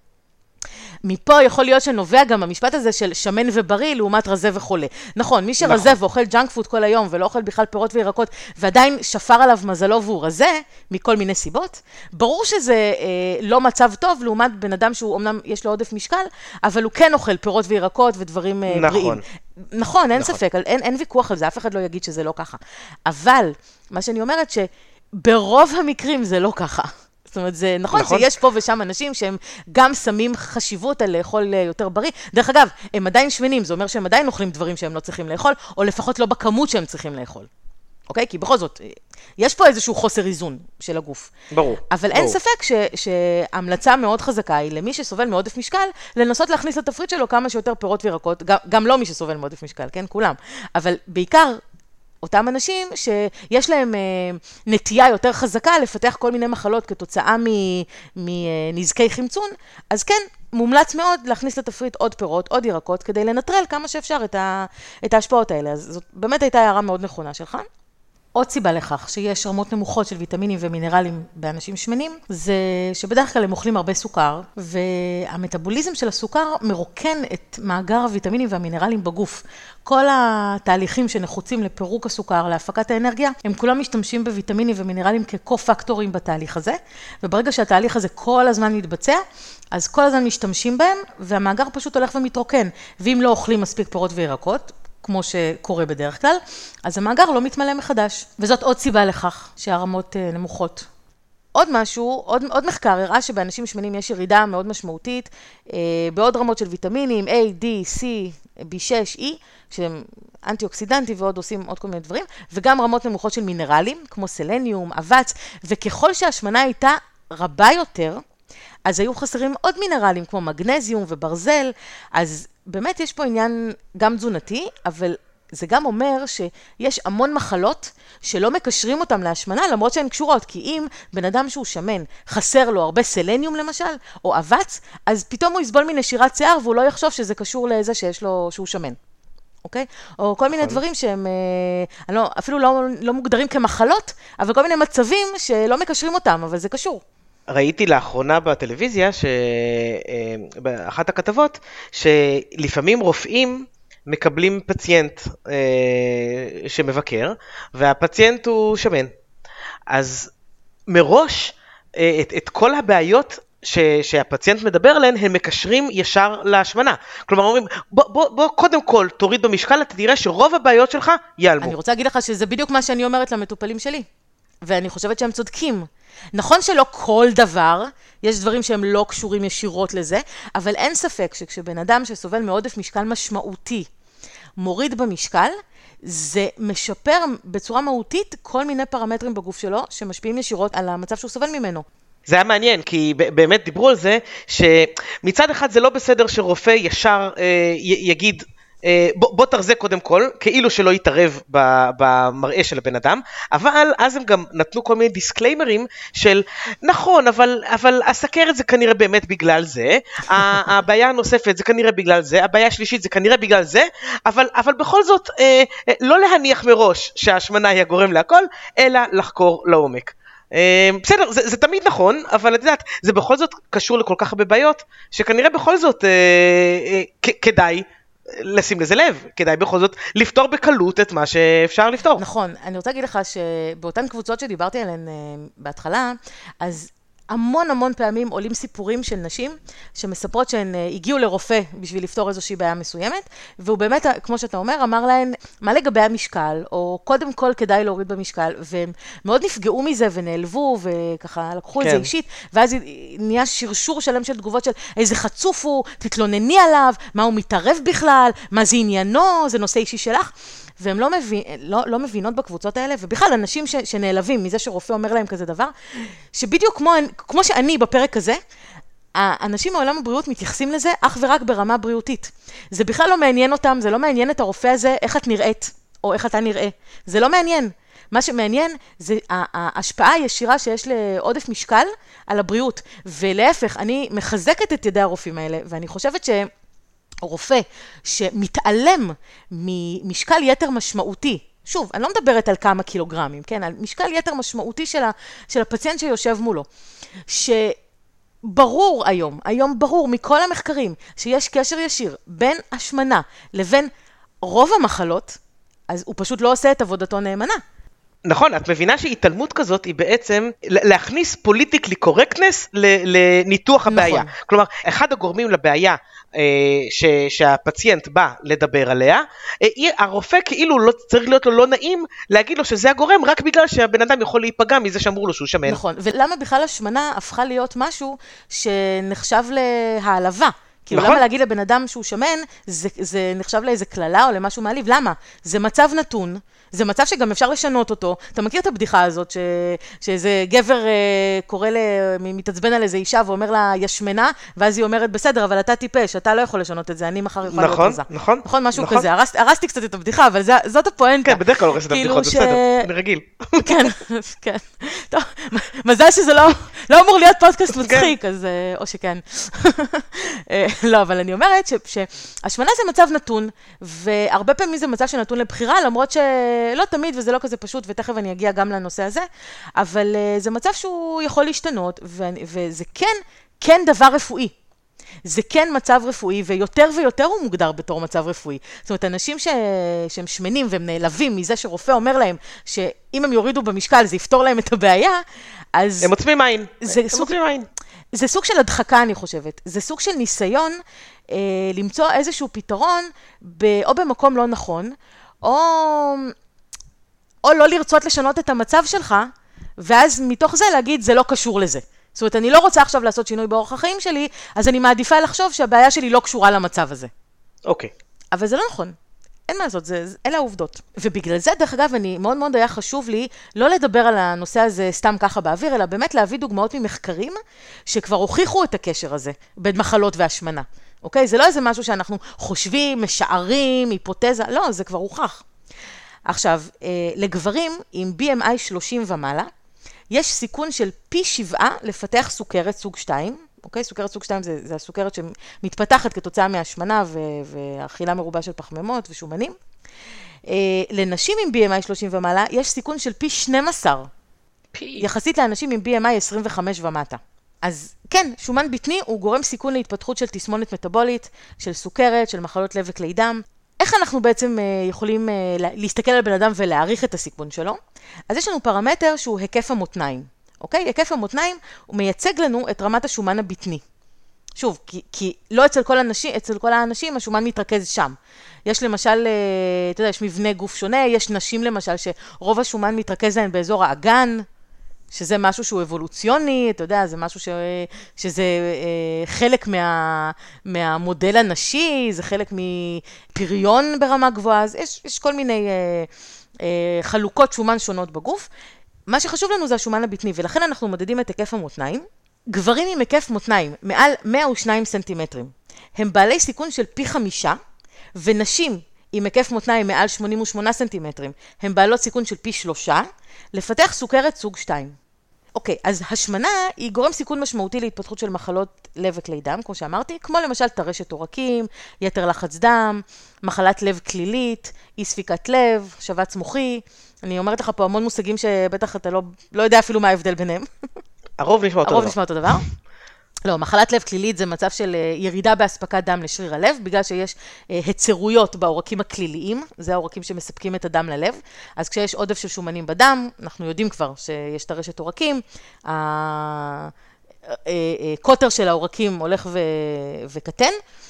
מפה יכול להיות שנובע גם המשפט הזה של שמן ובריא לעומת רזה וחולה. נכון, מי שרזה נכון. ואוכל ג'אנק פוד כל היום ולא אוכל בכלל פירות וירקות, ועדיין שפר עליו מזלו והוא רזה, מכל מיני סיבות, ברור שזה אה, לא מצב טוב לעומת בן אדם שהוא אמנם יש לו עודף משקל, אבל הוא כן אוכל פירות וירקות ודברים אה, נכון. בריאים. נכון, אין נכון. ספק, אין, אין ויכוח על זה, אף אחד לא יגיד שזה לא ככה. אבל מה שאני אומרת ש... ברוב המקרים זה לא ככה. זאת אומרת, זה נכון, נכון שיש פה ושם אנשים שהם גם שמים חשיבות על לאכול יותר בריא. דרך אגב, הם עדיין שמנים, זה אומר שהם עדיין אוכלים דברים שהם לא צריכים לאכול, או לפחות לא בכמות שהם צריכים לאכול. אוקיי? כי בכל זאת, יש פה איזשהו חוסר איזון של הגוף. ברור. אבל ברור. אין ספק ש, שהמלצה מאוד חזקה היא למי שסובל מעודף משקל, לנסות להכניס לתפריט שלו כמה שיותר פירות וירקות, גם, גם לא מי שסובל מעודף משקל, כן? כולם. אבל בעיקר, אותם אנשים שיש להם נטייה יותר חזקה לפתח כל מיני מחלות כתוצאה מנזקי חמצון, אז כן, מומלץ מאוד להכניס לתפריט עוד פירות, עוד ירקות, כדי לנטרל כמה שאפשר את ההשפעות האלה. אז זאת באמת הייתה הערה מאוד נכונה שלך. עוד סיבה לכך שיש רמות נמוכות של ויטמינים ומינרלים באנשים שמנים, זה שבדרך כלל הם אוכלים הרבה סוכר, והמטאבוליזם של הסוכר מרוקן את מאגר הוויטמינים והמינרלים בגוף. כל התהליכים שנחוצים לפירוק הסוכר, להפקת האנרגיה, הם כולם משתמשים בוויטמינים ומינרלים כקו-פקטורים בתהליך הזה, וברגע שהתהליך הזה כל הזמן מתבצע, אז כל הזמן משתמשים בהם, והמאגר פשוט הולך ומתרוקן. ואם לא אוכלים מספיק פירות וירקות, כמו שקורה בדרך כלל, אז המאגר לא מתמלא מחדש. וזאת עוד סיבה לכך שהרמות נמוכות. עוד משהו, עוד, עוד מחקר הראה שבאנשים שמנים יש ירידה מאוד משמעותית, אה, בעוד רמות של ויטמינים, A, D, C, בי שש, E, שהם אנטי-אוקסידנטי ועוד עושים עוד כל מיני דברים, וגם רמות נמוכות של מינרלים, כמו סלניום, אבץ, וככל שההשמנה הייתה רבה יותר, אז היו חסרים עוד מינרלים, כמו מגנזיום וברזל, אז באמת יש פה עניין גם תזונתי, אבל זה גם אומר שיש המון מחלות שלא מקשרים אותם להשמנה, למרות שהן קשורות, כי אם בן אדם שהוא שמן, חסר לו הרבה סלניום למשל, או אבץ, אז פתאום הוא יסבול מנשירת שיער, והוא לא יחשוב שזה קשור לזה שיש לו, שהוא שמן. אוקיי? או כל מיני דברים שהם אה, לא, אפילו לא, לא מוגדרים כמחלות, אבל כל מיני מצבים שלא מקשרים אותם, אבל זה קשור. ראיתי לאחרונה בטלוויזיה, באחת הכתבות, שלפעמים רופאים מקבלים פציינט אה, שמבקר, והפציינט הוא שמן. אז מראש, אה, את, את כל הבעיות ש, שהפציינט מדבר עליהן, הם מקשרים ישר להשמנה. כלומר, אומרים, בוא, בוא, בוא קודם כל תוריד במשקל, אתה תראה שרוב הבעיות שלך ייעלמו. אני רוצה להגיד לך שזה בדיוק מה שאני אומרת למטופלים שלי. ואני חושבת שהם צודקים. נכון שלא כל דבר, יש דברים שהם לא קשורים ישירות לזה, אבל אין ספק שכשבן אדם שסובל מעודף משקל משמעותי, מוריד במשקל, זה משפר בצורה מהותית כל מיני פרמטרים בגוף שלו, שמשפיעים ישירות על המצב שהוא סובל ממנו. זה היה מעניין, כי באמת דיברו על זה, שמצד אחד זה לא בסדר שרופא ישר אה, י- יגיד, בוא, בוא תרזה קודם כל, כאילו שלא יתערב במראה של הבן אדם, אבל אז הם גם נתנו כל מיני דיסקליימרים של, נכון, אבל, אבל הסכרת זה כנראה באמת בגלל זה, הבעיה הנוספת זה כנראה בגלל זה, הבעיה השלישית זה כנראה בגלל זה, אבל, אבל בכל זאת, לא להניח מראש שההשמנה היא הגורם להכל, אלא לחקור לעומק. בסדר, זה, זה תמיד נכון, אבל את יודעת, זה בכל זאת קשור לכל כך הרבה בעיות, שכנראה בכל זאת אה, אה, כ- כדאי לשים לזה לב, כדאי בכל זאת לפתור בקלות את מה שאפשר לפתור. נכון, אני רוצה להגיד לך שבאותן קבוצות שדיברתי עליהן אה, בהתחלה, אז המון המון פעמים עולים סיפורים של נשים שמספרות שהן הגיעו לרופא בשביל לפתור איזושהי בעיה מסוימת, והוא באמת, כמו שאתה אומר, אמר להן, מה לגבי המשקל, או קודם כל כדאי להוריד במשקל, והם מאוד נפגעו מזה ונעלבו, וככה לקחו כן. את זה אישית, ואז נהיה שרשור שלם של תגובות של איזה חצוף הוא, תתלונני עליו, מה הוא מתערב בכלל, מה זה עניינו, זה נושא אישי שלך. והן לא, מבין, לא, לא מבינות בקבוצות האלה, ובכלל אנשים ש, שנעלבים מזה שרופא אומר להם כזה דבר, שבדיוק כמו, כמו שאני בפרק הזה, האנשים מעולם הבריאות מתייחסים לזה אך ורק ברמה בריאותית. זה בכלל לא מעניין אותם, זה לא מעניין את הרופא הזה איך את נראית, או איך אתה נראה. זה לא מעניין. מה שמעניין זה ההשפעה הישירה שיש לעודף משקל על הבריאות. ולהפך, אני מחזקת את ידי הרופאים האלה, ואני חושבת ש... רופא שמתעלם ממשקל יתר משמעותי, שוב, אני לא מדברת על כמה קילוגרמים, כן? על משקל יתר משמעותי של, ה, של הפציינט שיושב מולו, שברור היום, היום ברור מכל המחקרים, שיש קשר ישיר בין השמנה לבין רוב המחלות, אז הוא פשוט לא עושה את עבודתו נאמנה. נכון, את מבינה שהתעלמות כזאת היא בעצם להכניס פוליטיקלי קורקטנס לניתוח הבעיה. נכון. כלומר, אחד הגורמים לבעיה אה, ש, שהפציינט בא לדבר עליה, אה, הרופא כאילו לא, צריך להיות לו לא נעים להגיד לו שזה הגורם רק בגלל שהבן אדם יכול להיפגע מזה שאמרו לו שהוא שמן. נכון, ולמה בכלל השמנה הפכה להיות משהו שנחשב להעלבה? כאילו נכון. למה להגיד לבן אדם שהוא שמן, זה, זה נחשב לאיזה כללה או למשהו מעליב? למה? זה מצב נתון. זה מצב שגם אפשר לשנות אותו. אתה מכיר את הבדיחה הזאת, ש... שאיזה גבר אה, קורא, ל... מתעצבן על איזה אישה ואומר לה, יש שמנה, ואז היא אומרת, בסדר, אבל אתה טיפש, אתה לא יכול לשנות את זה, אני מחר יכול נכון, להיות כזה. נכון, נכון, משהו נכון. כזה. הרס... הרסתי קצת את הבדיחה, אבל זה... זאת הפואנטה. כן, בדרך כלל הורסת את הבדיחות, ש... בסדר, אני רגיל. כן, כן. טוב, מזל שזה לא, לא אמור להיות פודקאסט מצחיק, אז או שכן. לא, אבל אני אומרת ש... שהשמנה זה מצב נתון, והרבה פעמים זה מצב שנתון לבחירה, למרות ש... לא תמיד, וזה לא כזה פשוט, ותכף אני אגיע גם לנושא הזה, אבל uh, זה מצב שהוא יכול להשתנות, ו- וזה כן, כן דבר רפואי. זה כן מצב רפואי, ויותר ויותר הוא מוגדר בתור מצב רפואי. זאת אומרת, אנשים ש... שהם שמנים והם נעלבים מזה שרופא אומר להם, שאם הם יורידו במשקל זה יפתור להם את הבעיה, אז... הם עוצמים עין. זה הם סוג... עוצמים עין. זה סוג של הדחקה, אני חושבת. זה סוג של ניסיון אה, למצוא איזשהו פתרון, ב... או במקום לא נכון, או... או לא לרצות לשנות את המצב שלך, ואז מתוך זה להגיד, זה לא קשור לזה. זאת אומרת, אני לא רוצה עכשיו לעשות שינוי באורח החיים שלי, אז אני מעדיפה לחשוב שהבעיה שלי לא קשורה למצב הזה. אוקיי. אבל זה לא נכון. אין מה לעשות, זה, אלה העובדות. ובגלל זה, דרך אגב, אני מאוד מאוד היה חשוב לי לא לדבר על הנושא הזה סתם ככה באוויר, אלא באמת להביא דוגמאות ממחקרים שכבר הוכיחו את הקשר הזה בין מחלות והשמנה. אוקיי? זה לא איזה משהו שאנחנו חושבים, משערים, היפותזה, לא, זה כבר הוכח. עכשיו, לגברים עם בי אם איי שלושים ומעלה, יש סיכון של פי שבעה לפתח סוכרת סוג שתיים, אוקיי? סוכרת סוג שתיים זה, זה הסוכרת שמתפתחת כתוצאה מהשמנה והאכילה מרובה של פחמימות ושומנים. לנשים עם בי אם איי שלושים ומעלה, יש סיכון של פי שנים עשר, פי. יחסית לאנשים עם בי אם איי עשרים וחמש ומטה. אז כן, שומן בטני הוא גורם סיכון להתפתחות של תסמונת מטאבולית, של סוכרת, של מחלות לב וכלי דם. איך אנחנו בעצם יכולים להסתכל על בן אדם ולהעריך את הסיכון שלו? אז יש לנו פרמטר שהוא היקף המותניים, אוקיי? היקף המותניים הוא מייצג לנו את רמת השומן הבטני. שוב, כי, כי לא אצל כל האנשים, אצל כל האנשים השומן מתרכז שם. יש למשל, אתה יודע, יש מבנה גוף שונה, יש נשים למשל שרוב השומן מתרכז להן באזור האגן, שזה משהו שהוא אבולוציוני, אתה יודע, זה משהו ש... שזה אה, חלק מה... מהמודל הנשי, זה חלק מפריון ברמה גבוהה, אז יש, יש כל מיני אה, אה, חלוקות שומן שונות בגוף. מה שחשוב לנו זה השומן הבטני, ולכן אנחנו מודדים את היקף המותניים. גברים עם היקף מותניים מעל מאה ושניים סנטימטרים, הם בעלי סיכון של פי חמישה ונשים עם היקף מותניים מעל שמונים ושמונה סנטימטרים, הן בעלות סיכון של פי שלושה, לפתח סוכרת סוג שתיים. אוקיי, אז השמנה היא גורם סיכון משמעותי להתפתחות של מחלות לב וכלי דם, כמו שאמרתי, כמו למשל טרשת עורקים, יתר לחץ דם, מחלת לב כלילית, אי ספיקת לב, שבץ מוחי. אני אומרת לך פה המון מושגים שבטח אתה לא, לא יודע אפילו מה ההבדל ביניהם. הרוב נשמע אותו דבר. הרוב נשמע אותו דבר. לא, מחלת לב כלילית זה מצב של ירידה בהספקת דם לשריר הלב, בגלל שיש היצרויות בעורקים הכליליים, זה העורקים שמספקים את הדם ללב, אז כשיש עודף של שומנים בדם, אנחנו יודעים כבר שיש טרשת עורקים, הקוטר של העורקים הולך וקטן,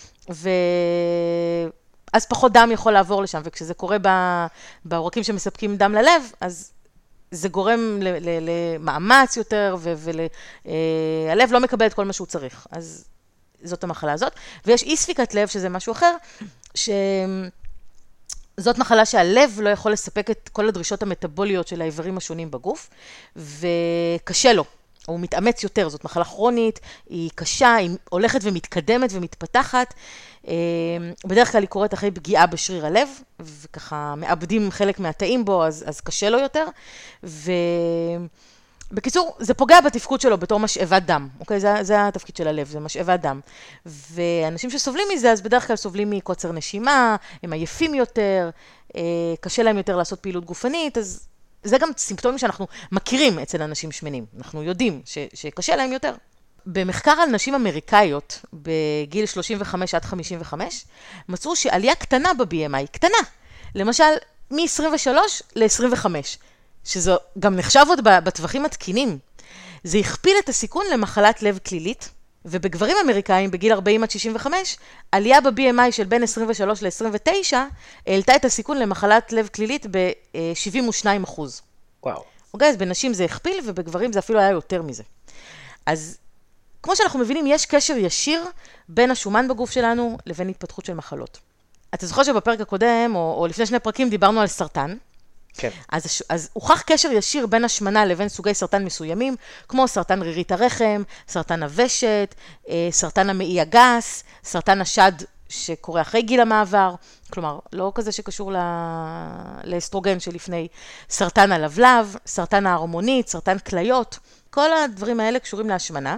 ואז פחות דם יכול לעבור לשם, וכשזה קורה בעורקים שמספקים דם ללב, אז זה גורם למאמץ יותר, והלב לא מקבל את כל מה שהוא צריך. אז זאת המחלה הזאת. ויש אי ספיקת לב, שזה משהו אחר, שזאת מחלה שהלב לא יכול לספק את כל הדרישות המטאבוליות של האיברים השונים בגוף, וקשה לו. הוא מתאמץ יותר, זאת מחלה כרונית, היא קשה, היא הולכת ומתקדמת ומתפתחת. בדרך כלל היא קורית אחרי פגיעה בשריר הלב, וככה מאבדים חלק מהתאים בו, אז, אז קשה לו יותר. ובקיצור, זה פוגע בתפקוד שלו בתור משאבת דם. אוקיי? זה, זה התפקיד של הלב, זה משאבת דם. ואנשים שסובלים מזה, אז בדרך כלל סובלים מקוצר נשימה, הם עייפים יותר, קשה להם יותר לעשות פעילות גופנית, אז זה גם סימפטומים שאנחנו מכירים אצל אנשים שמנים. אנחנו יודעים ש, שקשה להם יותר. במחקר על נשים אמריקאיות, בגיל שלושים וחמש עד חמישים וחמש, מצאו שעלייה קטנה ב-בי אם איי, קטנה. למשל, מ-עשרים ושלוש ל-עשרים וחמש, שזו גם נחשב עוד בטווחים התקינים. זה הכפיל את הסיכון למחלת לב כלילית, ובגברים אמריקאים בגיל ארבעים עד שישים וחמש, עלייה ב-בי אם איי של בין עשרים ושלוש ל-עשרים ותשע, העלתה את הסיכון למחלת לב כלילית ב-שבעים ושניים אחוז. וואו. אוקיי, אז בנשים זה הכפיל, ובגברים זה אפילו היה יותר מזה. אז כמו שאנחנו מבינים, יש קשר ישיר בין השומן בגוף שלנו לבין התפתחות של מחלות. אתה זוכר שבפרק הקודם, או, או לפני שני פרקים, דיברנו על סרטן. כן. אז, אז הוכח קשר ישיר בין השמנה לבין סוגי סרטן מסוימים, כמו סרטן רירית הרחם, סרטן הוושת, סרטן המעי הגס, סרטן השד שקורה אחרי גיל המעבר, כלומר, לא כזה שקשור לא... לאסטרוגן שלפני, סרטן הלבלב, סרטן ההרמונית, סרטן כליות, כל הדברים האלה קשורים להשמנה.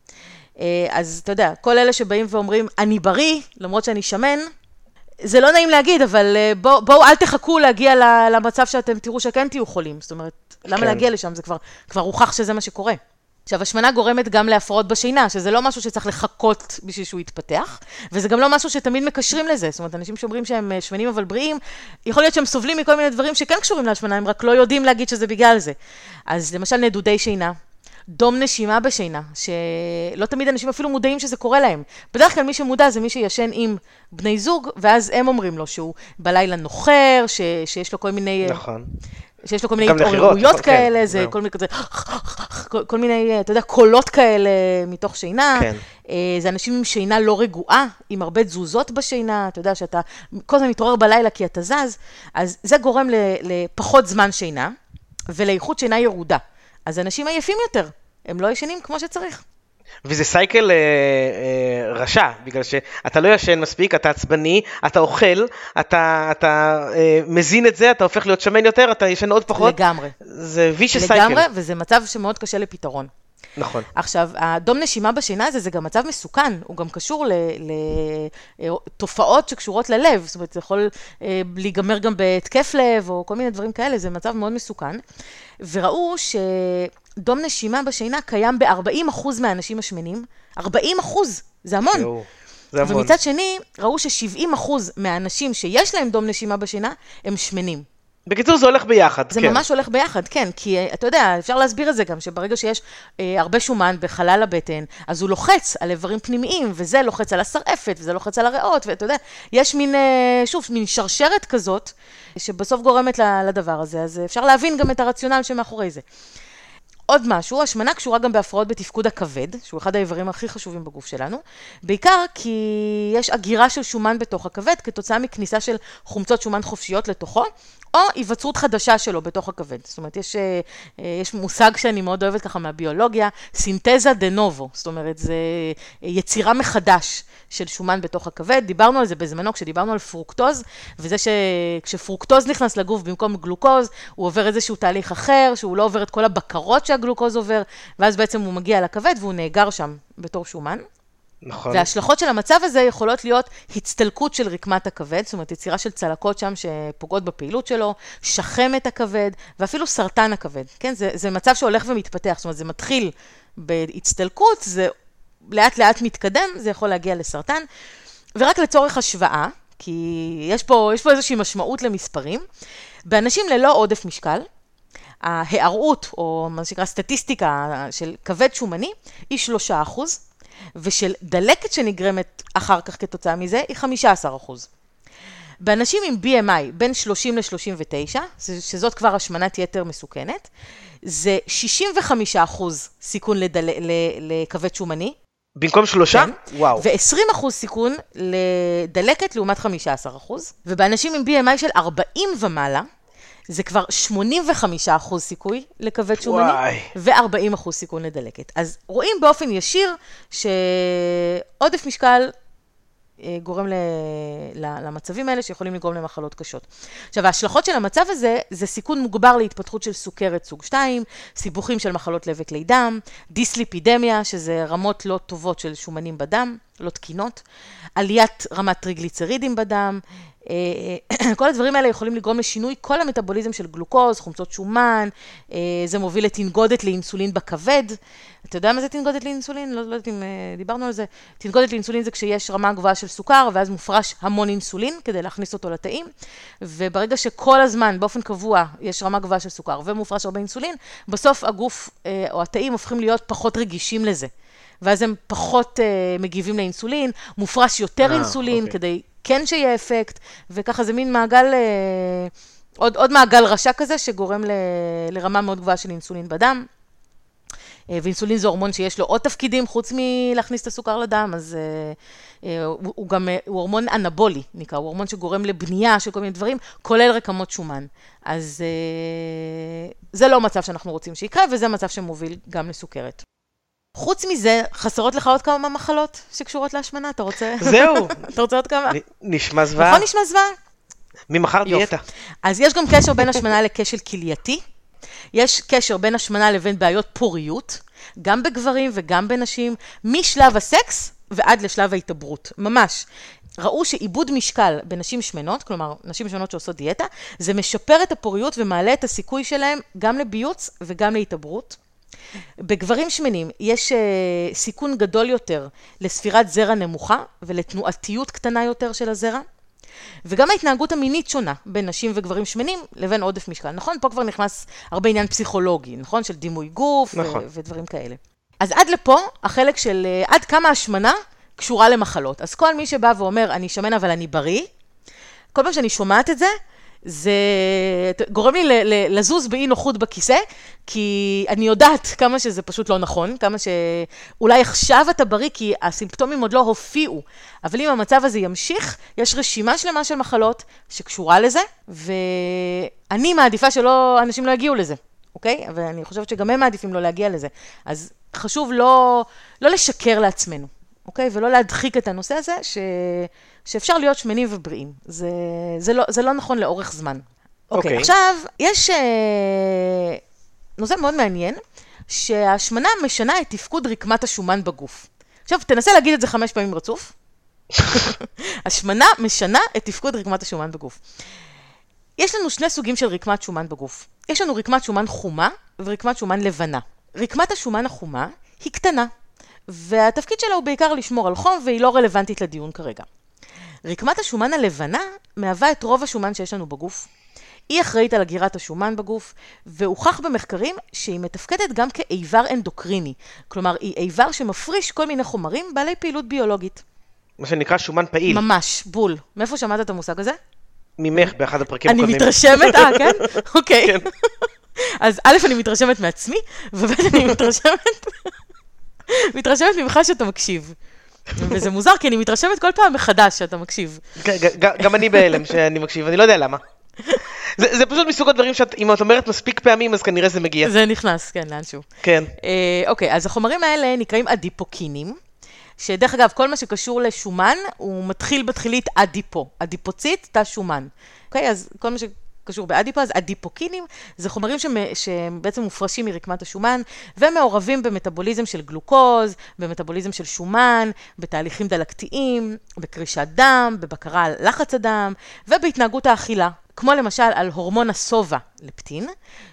אז אתה יודע, כל אלה שבאים ואומרים, אני בריא, למרות שאני שמן, זה לא נעים להגיד, אבל בואו בוא, אל תחכו להגיע למצב שאתם תראו שכן תהיו חולים. זאת אומרת, למה כן. להגיע לשם? זה כבר, כבר הוכח שזה מה שקורה. עכשיו, השמנה גורמת גם להפרעות בשינה, שזה לא משהו שצריך לחכות בשביל שהוא יתפתח, וזה גם לא משהו שתמיד מקשרים לזה. זאת אומרת, אנשים שאומרים שהם שמנים אבל בריאים, יכול להיות שהם סובלים מכל מיני דברים שכן קשורים להשמנה, הם רק לא יודעים להגיד שזה בגלל זה. אז למשל, נדודי שינה. דום נשימה בשינה, שלא תמיד אנשים אפילו מודעים שזה קורה להם. בדרך כלל מי שמודע זה מי שישן עם בני זוג, ואז הם אומרים לו שהוא בלילה נוחר, ש, שיש לו כל מיני... נכון. שיש לו כל מיני התעוררויות כאלה, כן, זה כל מיני כזה, כל, כל מיני, אתה יודע, קולות כאלה מתוך שינה. כן. זה אנשים עם שינה לא רגועה, עם הרבה תזוזות בשינה, אתה יודע שאתה כל הזמן מתעורר בלילה כי אתה זז, אז זה גורם לפחות זמן שינה, ולאיכות שינה ירודה. אז אנשים עייפים יותר, הם לא ישנים כמו שצריך. וזה סייקל אה, אה, רשע, בגלל שאתה לא ישן מספיק, אתה עצבני, אתה אוכל, אתה, אתה אה, מזין את זה, אתה הופך להיות שמן יותר, אתה ישן עוד פחות. לגמרי. זה ויש סייקל. לגמרי, וזה מצב שמאוד קשה לפתרון. נכון. עכשיו, הדום נשימה בשינה הזה, זה גם מצב מסוכן, הוא גם קשור לתופעות שקשורות ללב, זאת אומרת, זה יכול להיגמר גם בהתקף לב, או כל מיני דברים כאלה, זה מצב מאוד מסוכן, וראו שדום נשימה בשינה קיים ב-ארבעים אחוז מהאנשים השמנים, ארבעים אחוז, זה המון. זה המון. ומצד שני, ראו ש-שבעים אחוז מהאנשים שיש להם דום נשימה בשינה, הם שמנים. בקיצור זה הולך ביחד, זה כן. ממש הולך ביחד, כן, כי אתה יודע, אפשר להסביר את זה גם, שברגע שיש אה, הרבה שומן בחלל הבטן, אז הוא לוחץ על איברים פנימיים, וזה לוחץ על השרעפת, וזה לוחץ על הריאות, ואתה יודע, יש מין, אה, שוב, מין שרשרת כזאת, שבסוף גורמת לדבר הזה, אז אפשר להבין גם את הרציונל שמאחורי זה. עוד משהו, השמנה קשורה גם בהפרעות בתפקוד הכבד, שהוא אחד האיברים הכי חשובים בגוף שלנו, בעיקר כי יש אגירה של שומן בתוך הכבד, כתוצאה מכניסה של חומצות שומן חופשיות לתוכו, או היווצרות חדשה שלו בתוך הכבד. זאת אומרת, יש, יש מושג שאני מאוד אוהבת ככה מהביולוגיה, סינתזה דה נובו, זאת אומרת, זה יצירה מחדש של שומן בתוך הכבד. דיברנו על זה בזמנו כשדיברנו על פרוקטוז, וזה שכשפרוקטוז נכנס לגוף במקום גלוקוז, הוא עובר איזשהו תהליך אחר, שהוא לא עובר את כל הבקרות שהגלוקוז עובר, ואז בעצם הוא מגיע לכבד והוא נאגר שם בתור שומן. נכון. וההשלכות של המצב הזה יכולות להיות הצטלקות של רקמת הכבד, זאת אומרת, יצירה של צלקות שם שפוגעות בפעילות שלו, שחמת הכבד, ואפילו סרטן הכבד. כן? זה, זה מצב שהולך ומתפתח, זאת אומרת, זה מתחיל בהצטלקות, זה לאט לאט מתקדם, זה יכול להגיע לסרטן. ורק לצורך השוואה, כי יש פה, יש פה איזושהי משמעות למספרים, באנשים ללא עודף משקל, ההיערות, או מה שנקרא סטטיסטיקה של כבד שומני, היא שלושה אחוז, ושל דלקת שנגרמת אחר כך כתוצאה מזה, היא חמישה עשר אחוז. באנשים עם בי אם איי בין שלושים ל-שלושים ותשע, שזאת כבר השמנת יתר מסוכנת, זה שישים וחמישה אחוז סיכון לדל... לכבד שומני. במקום שלושה? כן. וואו. ו-עשרים אחוז סיכון לדלקת לעומת חמישה עשר אחוז. ובאנשים עם בי אם איי של ארבעים ומעלה, זה כבר שמונים וחמישה אחוז סיכוי לכבד שומני, ו-ארבעים אחוז סיכון לדלקת. אז רואים באופן ישיר שעודף משקל גורם למצבים האלה שיכולים לגרום למחלות קשות. עכשיו, ההשלכות של המצב הזה, זה סיכון מוגבר להתפתחות של סוכרת סוג שתיים, סיבוכים של מחלות לב וכלי דם, דיסליפידמיה, שזה רמות לא טובות של שומנים בדם, לא תקינות, עליית רמת טריגליצרידים בדם, כל הדברים האלה יכולים לגרום לשינוי כל המטאבוליזם של גלוקוז, חומצות שומן, זה מוביל לתנגודת לאינסולין בכבד. אתה יודע מה זה תנגודת לאינסולין? לא, לא יודעת אם דיברנו על זה. תנגודת לאינסולין זה כשיש רמה גבוהה של סוכר, ואז מופרש המון אינסולין כדי להכניס אותו לתאים, וברגע שכל הזמן, באופן קבוע, יש רמה גבוהה של סוכר ומופרש הרבה אינסולין, בסוף הגוף או התאים הופכים להיות פחות רגישים לזה. ואז הם פחות uh, מגיבים לאינסולין, מופרש יותר אה, אינסולין, אוקיי. כדי כן שיהיה אפקט, וככה זה מין מעגל, uh, עוד, עוד מעגל רשע כזה, שגורם ל, לרמה מאוד גבוהה של אינסולין בדם. Uh, ואינסולין זה הורמון שיש לו עוד תפקידים, חוץ מלהכניס את הסוכר לדם, אז uh, uh, הוא, הוא גם, uh, הוא הורמון אנבולי, נקרא, הוא הורמון שגורם לבנייה של כל מיני דברים, כולל רקמות שומן. אז uh, זה לא מצב שאנחנו רוצים שיקרה, וזה מצב שמוביל גם לסוכרת. חוץ מזה, חסרות לך עוד כמה מחלות שקשורות להשמנה, אתה רוצה? זהו. אתה רוצה עוד כמה? נשמע זוועה. נכון נשמע זוועה? ממחר דיאטה. אז יש גם קשר בין השמנה לכשל כלייתי, יש קשר בין השמנה לבין בעיות פוריות, גם בגברים וגם בנשים, משלב הסקס ועד לשלב ההתעברות, ממש. ראו שעיבוד משקל בנשים שמנות, כלומר, נשים שמנות שעושות דיאטה, זה משפר את הפוריות ומעלה את הסיכוי שלהם גם לביוץ וגם להתעברות. בגברים שמנים יש uh, סיכון גדול יותר לספירת זרע נמוכה ולתנועתיות קטנה יותר של הזרע, וגם ההתנהגות המינית שונה בין נשים וגברים שמנים לבין עודף משקל. נכון? פה כבר נכנס הרבה עניין פסיכולוגי, נכון? של דימוי גוף נכון. ו- ודברים כאלה. אז עד לפה החלק של uh, עד כמה השמנה קשורה למחלות. אז כל מי שבא ואומר אני שמן אבל אני בריא, כל פעם שאני שומעת את זה, זה גורם לי לזוז באי נוחות בכיסא, כי אני יודעת כמה שזה פשוט לא נכון, כמה שאולי עכשיו אתה בריא, כי הסימפטומים עוד לא הופיעו, אבל אם המצב הזה ימשיך, יש רשימה שלמה של מחלות שקשורה לזה, ואני מעדיפה שלא, אנשים לא יגיעו לזה, אוקיי? ואני חושבת שגם הם מעדיפים לא להגיע לזה. אז חשוב לא, לא לשקר לעצמנו, אוקיי? ולא להדחיק את הנושא הזה, ש... שאפשר להיות שמנים ובריאים. זה, זה, לא, זה לא נכון לאורך זמן. אוקיי, okay. עכשיו, יש אה, נושא מאוד מעניין, שהשמנה משנה את תפקוד רקמת השומן בגוף. עכשיו, תנסה להגיד את זה חמש פעמים רצוף. השמנה משנה את תפקוד רקמת השומן בגוף. יש לנו שני סוגים של רקמת שומן בגוף. יש לנו רקמת שומן חומה ורקמת שומן לבנה. רקמת השומן החומה היא קטנה, והתפקיד שלה הוא בעיקר לשמור על חום, והיא לא רלוונטית לדיון כרגע. רקמת השומן הלבנה מהווה את רוב השומן שיש לנו בגוף. היא אחראית על הגירת השומן בגוף, והוכח במחקרים שהיא מתפקדת גם כאיבר אנדוקריני. כלומר, היא איבר שמפריש כל מיני חומרים בעלי פעילות ביולוגית. מה שנקרא שומן פעיל. ממש, בול. מאיפה שמעת את המושג הזה? ממך, באחד הפרקים הקודמים. אני מתרשמת, אה, כן? אוקיי. אז א', אני מתרשמת מעצמי, וב', אני מתרשמת, מתרשמת ממך שאתה מקשיב. וזה מוזר, כי אני מתרשמת כל פעם מחדש שאתה מקשיב. גם אני בהלם שאני מקשיב, אני לא יודע למה. זה, זה פשוט מסוג הדברים שאם את אומרת מספיק פעמים, אז כנראה זה מגיע. זה נכנס, כן, לאנשהו. כן. אה, אוקיי, אז החומרים האלה נקראים אדיפוקינים, שדרך אגב, כל מה שקשור לשומן, הוא מתחיל בתחילית אדיפו. אדיפוצית, תא שומן. אוקיי, אז כל מה שקשור באדיפו, אז אדיפוקינים, זה חומרים שבעצם מופרשים מרקמת השומן, ומעורבים במטאבוליזם של גלוקוז, במטאבוליזם של שומן, בתהליכים דלקתיים, בקרישת דם, בבקרה על לחץ הדם, ובהתנהגות האכילה. כמו למשל על הורמון הסובה, לפטין,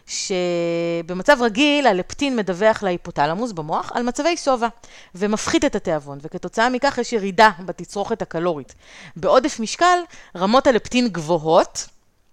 שבמצב רגיל הלפטין מדווח להיפותלמוס במוח על מצבי סובה, ומפחית את התיאבון, וכתוצאה מכך יש ירידה בתצרוכת הקלורית. בעודף משקל רמות הלפטין גבוהות,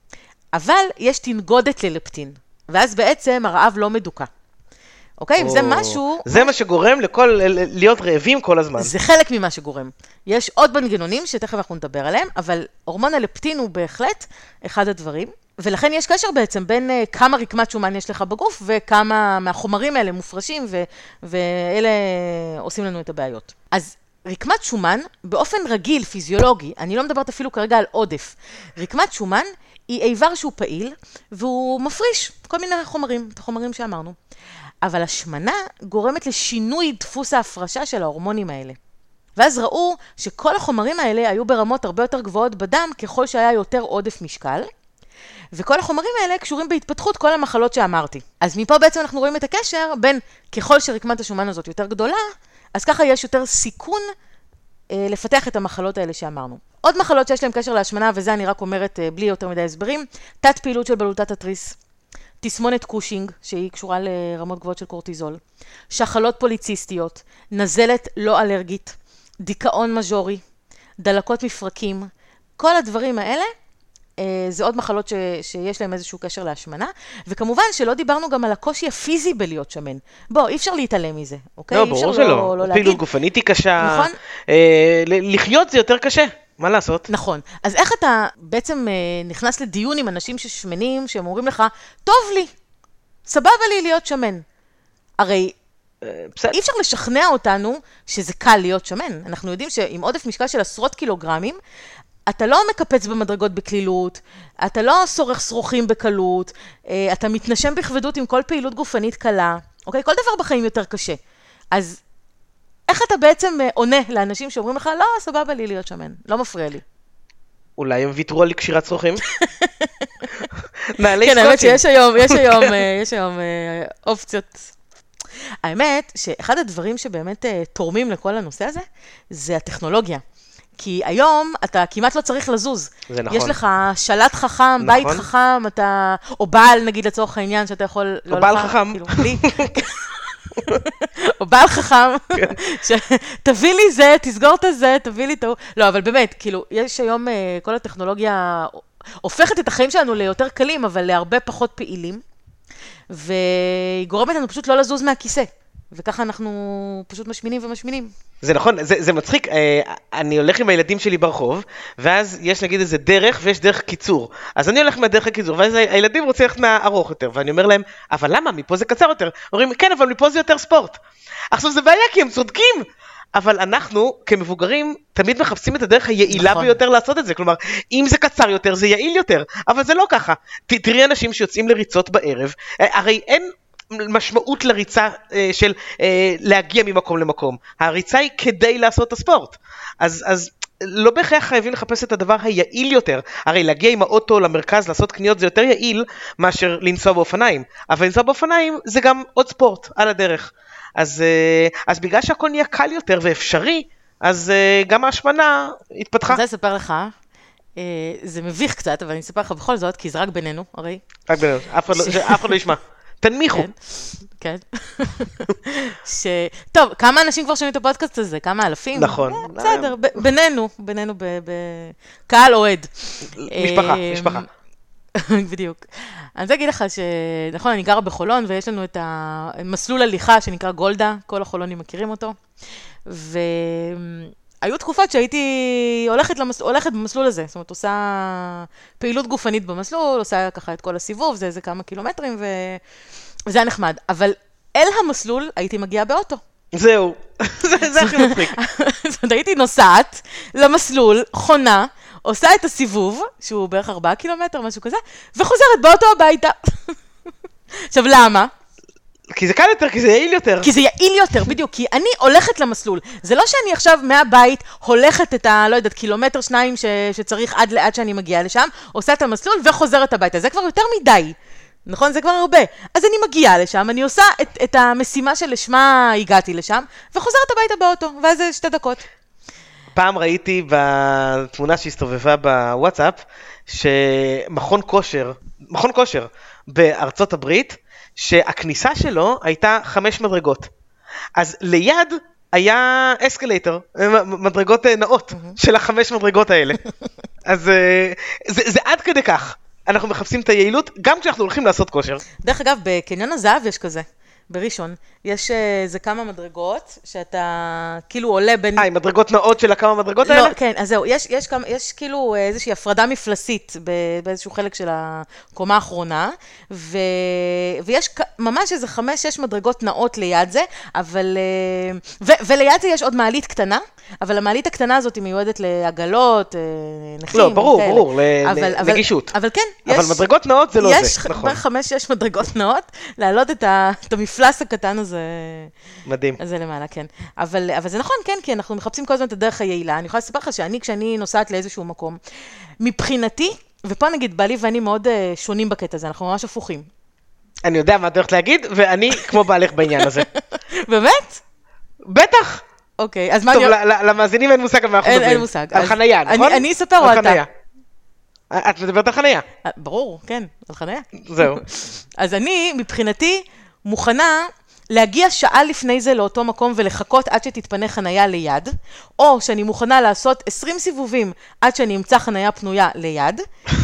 אבל יש תנגודת ללפטין, ואז בעצם הרעב לא מדוכא. אוקיי? וזה משהו... זה מה שגורם לכל, להיות רעבים כל הזמן. זה חלק ממה שגורם. יש עוד מנגנונים שתכף אנחנו נדבר עליהם, אבל הורמון הלפטין הוא בהחלט אחד הדברים, ולכן יש קשר בעצם בין כמה רקמת שומן יש לך בגוף, וכמה מהחומרים האלה מופרשים, ו- ואלה עושים לנו את הבעיות. אז רקמת שומן, באופן רגיל, פיזיולוגי, אני לא מדברת אפילו כרגע על עודף, רקמת שומן היא איבר שהוא פעיל, והוא מפריש כל מיני חומרים, את החומרים שאמרנו. אבל השמנה גורמת לשינוי דפוס ההפרשה של ההורמונים האלה. ואז ראו שכל החומרים האלה היו ברמות הרבה יותר גבוהות בדם ככל שהיה יותר עודף משקל, וכל החומרים האלה קשורים בהתפתחות כל המחלות שאמרתי. אז מפה בעצם אנחנו רואים את הקשר בין ככל שרקמת השומן הזאת יותר גדולה, אז ככה יש יותר סיכון אה, לפתח את המחלות האלה שאמרנו. עוד מחלות שיש להם קשר להשמנה, וזה אני רק אומרת אה, בלי יותר מדי הסברים, תת פעילות של בלוטת התריס, תסמונת קושינג, שהיא קשורה לרמות גבוהות של קורטיזול, שחלות פוליציסטיות, נזלת לא אלרגית, דיכאון מז'ורי, דלקות מפרקים, כל הדברים האלה, זה עוד מחלות ש, שיש להם איזשהו קשר להשמנה, וכמובן שלא דיברנו גם על הקושי הפיזי בלהיות שמן. בוא, אי אפשר להתעלם מזה, אוקיי? לא, ברור שלא. לא פעילות גופנית היא קשה. נכון? אה, לחיות זה יותר קשה. מה לעשות? נכון. אז איך אתה בעצם אה, נכנס לדיון עם אנשים ששמנים, שהם אומרים לך, טוב לי, סבבה לי להיות שמן. הרי אה, אי אפשר לשכנע אותנו שזה קל להיות שמן. אנחנו יודעים שעם עודף משקל של עשרות קילוגרמים, אתה לא מקפץ במדרגות בקלילות, אתה לא שורח שרוכים בקלות, אה, אתה מתנשם בכבדות עם כל פעילות גופנית קלה. אוקיי? כל דבר בחיים יותר קשה. אז איך אתה בעצם עונה לאנשים שאומרים לך, לא, סבבה לי להיות שמן, לא מפריע לי. אולי הם ויתרו על קשירת צרכים? כן, האמת שיש היום, יש היום, יש היום אופציות. האמת שאחד הדברים שבאמת תורמים לכל הנושא הזה, זה הטכנולוגיה. כי היום אתה כמעט לא צריך לזוז. זה נכון. יש לך שלט חכם, בית חכם, אתה, או בעל נגיד לצורך העניין, שאתה יכול... או בעל חכם. או בעל חכם, תביא לי זה, תסגור את זה, תביא לי את זה. לא, אבל באמת, כאילו, יש היום כל הטכנולוגיה הופכת את החיים שלנו ליותר קלים, אבל להרבה פחות פעילים, והיא גורמת לנו פשוט לא לזוז מהכיסא, וככה אנחנו פשוט משמינים ומשמינים. זה נכון, זה, זה מצחיק, אני הולך עם הילדים שלי ברחוב, ואז יש נגיד איזה דרך, ויש דרך קיצור. אז אני הולך מהדרך הקיצור, ואז הילדים רוצים ללכת מהארוך יותר, ואני אומר להם, אבל למה? מפה זה קצר יותר. אומרים, כן, אבל מפה זה יותר ספורט. עכשיו זה בעיה, כי הם צודקים. אבל אנחנו, כמבוגרים, תמיד מחפשים את הדרך היעילה נכון. ביותר לעשות את זה. כלומר, אם זה קצר יותר, זה יעיל יותר. אבל זה לא ככה. ת, תראי אנשים שיוצאים לריצות בערב, הרי אין... משמעות לריצה אה, של אה, להגיע ממקום למקום. הריצה היא כדי לעשות את הספורט. אז, אז לא בהכרח חייבים לחפש את הדבר היעיל יותר. הרי להגיע עם האוטו למרכז לעשות קניות זה יותר יעיל מאשר לנסוע באופניים. אבל לנסוע באופניים זה גם עוד ספורט על הדרך. אז, אה, אז בגלל שהכל נהיה קל יותר ואפשרי, אז אה, גם ההשמנה התפתחה. אני רוצה לספר לך, אה, זה מביך קצת, אבל אני אספר לך בכל זאת, כי זה רק בינינו, הרי. רק בינינו, אף אחד לא ישמע. תנמיכו. כן, כן. ש... טוב, כמה אנשים כבר שומעים את הפודקאסט הזה? כמה אלפים? נכון. בסדר, בינינו, בינינו בקהל אוהד. משפחה, משפחה. בדיוק. אני רוצה להגיד לך שנכון, אני גרה בחולון, ויש לנו את המסלול הליכה שנקרא גולדה, כל החולונים מכירים אותו, היו תקופות שהייתי הולכת, למס... הולכת במסלול הזה, זאת אומרת, עושה פעילות גופנית במסלול, עושה ככה את כל הסיבוב, זה איזה כמה קילומטרים, ו... וזה היה נחמד. אבל אל המסלול הייתי מגיעה באוטו. זהו, זה, זה הכי מצחיק. זאת אומרת, הייתי נוסעת למסלול, חונה, עושה את הסיבוב, שהוא בערך ארבעה קילומטר, משהו כזה, וחוזרת באוטו הביתה. עכשיו, למה? כי זה קל יותר, כי זה יעיל יותר. כי זה יעיל יותר, בדיוק, כי אני הולכת למסלול. זה לא שאני עכשיו מהבית הולכת את ה, לא יודעת, קילומטר שניים ש, שצריך עד לאט שאני מגיעה לשם, עושה את המסלול וחוזרת הביתה. זה כבר יותר מדי. נכון? זה כבר הרבה. אז אני מגיעה לשם, אני עושה את, את המשימה שלשמה הגעתי לשם, וחוזרת הביתה באוטו, ואז זה שתי דקות. פעם ראיתי בתמונה שהסתובבה בוואטסאפ, שמכון כושר, מכון כושר בארצות הברית, שהכניסה שלו הייתה חמש מדרגות. אז ליד היה אסקלייטר, מדרגות נאות של החמש מדרגות האלה. אז זה, זה עד כדי כך. אנחנו מחפשים את היעילות, גם כשאנחנו הולכים לעשות כושר. דרך אגב, בקניון הזהב יש כזה, בראשון. יש איזה כמה מדרגות, שאתה כאילו עולה בין... אה, עם מדרגות נאות של הכמה מדרגות האלה? לא, כן, אז זהו, יש, יש, כמה, יש כאילו איזושהי הפרדה מפלסית באיזשהו חלק של הקומה האחרונה, ו... ויש ממש איזה חמש, שש מדרגות נאות ליד זה, אבל... ו... וליד זה יש עוד מעלית קטנה, אבל המעלית הקטנה הזאת היא מיועדת לעגלות, נכים. לא, ברור, כאלה. ברור, אבל, לנגישות. אבל, אבל כן, יש... אבל מדרגות נאות זה לא יש זה, נכון. יש חמש, שש מדרגות נאות, להעלות את, ה... את המפלס הקטן הזה. מדהים. אז זה למעלה, כן. אבל, אבל זה נכון, כן, כי אנחנו מחפשים כל הזמן את הדרך היעילה. אני יכולה לספר לך שאני, כשאני נוסעת לאיזשהו מקום, מבחינתי, ופה נגיד, בעלי ואני מאוד uh, שונים בקטע הזה, אנחנו ממש הפוכים. אני יודע מה את הולכת להגיד, ואני כמו בעלך בעניין הזה. באמת? בטח. אוקיי, אז מה טוב, אני... למאזינים אין מושג על מה אנחנו מדברים. אין מושג. על חנייה, נכון? אני, אני אספר או אתה? את מדברת על חנייה. ברור, כן, על חנייה. זהו. אז אני, מבחינתי, מוכנה להגיע שעה לפני זה לאותו מקום ולחכות עד שתתפנה חנייה ליד, או שאני מוכנה לעשות עשרים סיבובים עד שאני אמצא חנייה פנויה ליד,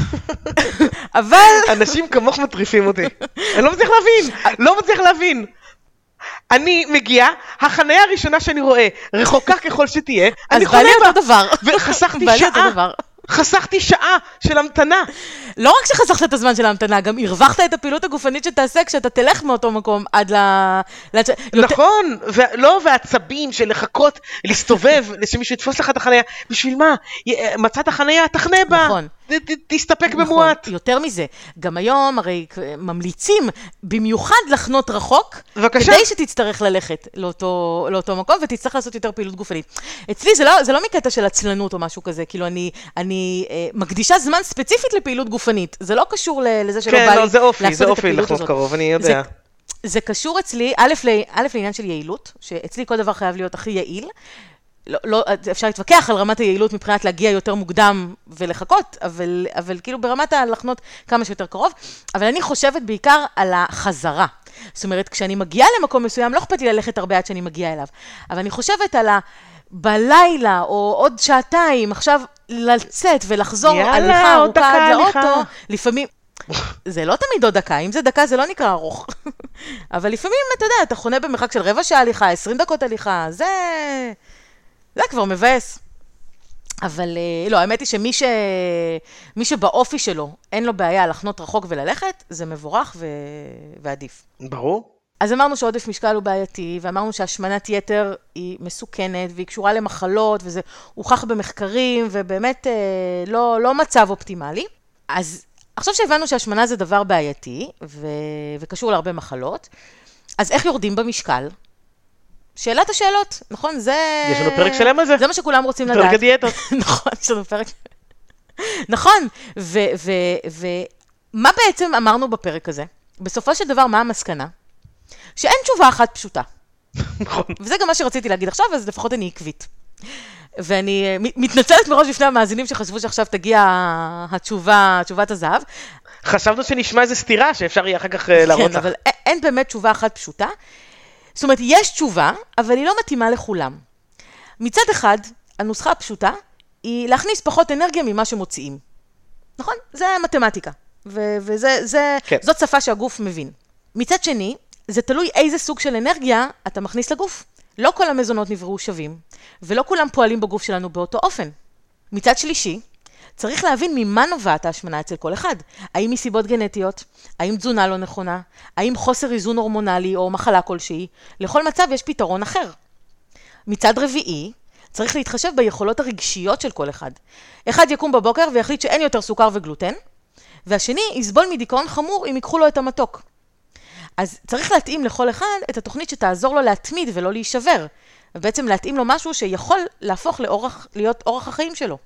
אבל... אנשים כמוך מטריפים אותי. אני לא מצליח להבין, לא מצליח להבין. אני מגיעה, החנייה הראשונה שאני רואה, רחוקה ככל שתהיה, אני חונה בה. אז בעלי אותו דבר. וחסכתי שעה. חסכתי שעה של המתנה. לא רק שחסכת את הזמן של ההמתנה, גם הרווחת את הפעילות הגופנית שתעשה כשאתה תלך מאותו מקום עד ל... נכון, לא, והעצבים של לחכות, להסתובב, שמישהו יתפוס לך את החניה. בשביל מה? מצאת החניה, תחנה בה. נכון. תסתפק במועט. יותר מזה, גם היום הרי ממליצים במיוחד לחנות רחוק, בבקשה. כדי שתצטרך ללכת לאותו, לאותו מקום, ותצטרך לעשות יותר פעילות גופנית. אצלי זה לא, זה לא מקטע של עצלנות או משהו כזה, כאילו אני, אני אה, מקדישה זמן ספציפית לפעילות גופנית, זה לא קשור לזה שלא כן, בא לא, לי זה אופי, לעשות זה את אופי הפעילות לחנות הזאת. קרוב, אני יודע. זה, זה קשור אצלי, א', א', לעניין של יעילות, שאצלי כל דבר חייב להיות הכי יעיל, לא, לא, אפשר להתווכח על רמת היעילות מבחינת להגיע יותר מוקדם ולחכות, אבל, אבל כאילו ברמת הלחנות כמה שיותר קרוב, אבל אני חושבת בעיקר על החזרה. זאת אומרת, כשאני מגיעה למקום מסוים, לא אכפת לי ללכת הרבה עד שאני מגיעה אליו, אבל אני חושבת על ה... בלילה, או עוד שעתיים, עכשיו לצאת ולחזור הליכה ארוכה עד לאוטו, לפעמים... זה לא תמיד עוד דקה, אם זה דקה זה לא נקרא ארוך. אבל לפעמים, אתה יודע, אתה חונה במרחק של רבע שעה הליכה, עשרים דקות הליכה, זה... זה כבר מבאס. אבל לא, האמת היא שמי ש... מי שבאופי שלו אין לו בעיה לחנות רחוק וללכת, זה מבורך ו... ועדיף. ברור. אז אמרנו שעודף משקל הוא בעייתי, ואמרנו שהשמנת יתר היא מסוכנת, והיא קשורה למחלות, וזה הוכח במחקרים, ובאמת לא, לא מצב אופטימלי. אז עכשיו שהבנו שהשמנה זה דבר בעייתי, ו... וקשור להרבה מחלות, אז איך יורדים במשקל? שאלת השאלות, נכון? זה... יש לנו פרק שלם על זה. זה מה שכולם רוצים לדעת. פרק הדיאטות. נכון, יש לנו פרק... נכון, ומה בעצם אמרנו בפרק הזה? בסופו של דבר, מה המסקנה? שאין תשובה אחת פשוטה. נכון. וזה גם מה שרציתי להגיד עכשיו, אז לפחות אני עקבית. ואני מתנצלת מראש בפני המאזינים שחשבו שעכשיו תגיע התשובה, תשובת הזהב. חשבנו שנשמע איזו סתירה שאפשר יהיה אחר כך להראות לך. כן, אבל אין באמת תשובה אחת פשוטה. זאת אומרת, יש תשובה, אבל היא לא מתאימה לכולם. מצד אחד, הנוסחה הפשוטה היא להכניס פחות אנרגיה ממה שמוציאים. נכון? זה מתמטיקה. וזאת שפה שהגוף מבין. מצד שני, זה תלוי איזה סוג של אנרגיה אתה מכניס לגוף. לא כל המזונות נבראו שווים, ולא כולם פועלים בגוף שלנו באותו אופן. מצד שלישי, צריך להבין ממה נובעת ההשמנה אצל כל אחד. האם מסיבות גנטיות? האם תזונה לא נכונה? האם חוסר איזון הורמונלי או מחלה כלשהי? לכל מצב יש פתרון אחר. מצד רביעי, צריך להתחשב ביכולות הרגשיות של כל אחד. אחד יקום בבוקר ויחליט שאין יותר סוכר וגלוטן, והשני יסבול מדיכאון חמור אם ייקחו לו את המתוק. אז צריך להתאים לכל אחד את התוכנית שתעזור לו להתמיד ולא להישבר, ובעצם להתאים לו משהו שיכול להפוך לאורח, להיות אורח החיים שלו.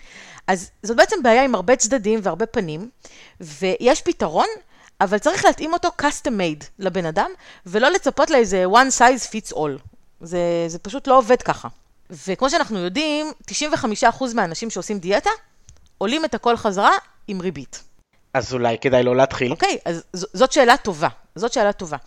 אז זאת בעצם בעיה עם הרבה צדדים והרבה פנים, ויש פתרון, אבל צריך להתאים אותו custom made לבן אדם, ולא לצפות לאיזה one size fits all. זה, זה פשוט לא עובד ככה. וכמו שאנחנו יודעים, תשעים וחמישה אחוז מהאנשים שעושים דיאטה, עולים את הכל חזרה עם ריבית. אז אולי כדאי לא להתחיל. אוקיי, אז ז- זאת שאלה טובה. זאת שאלה טובה.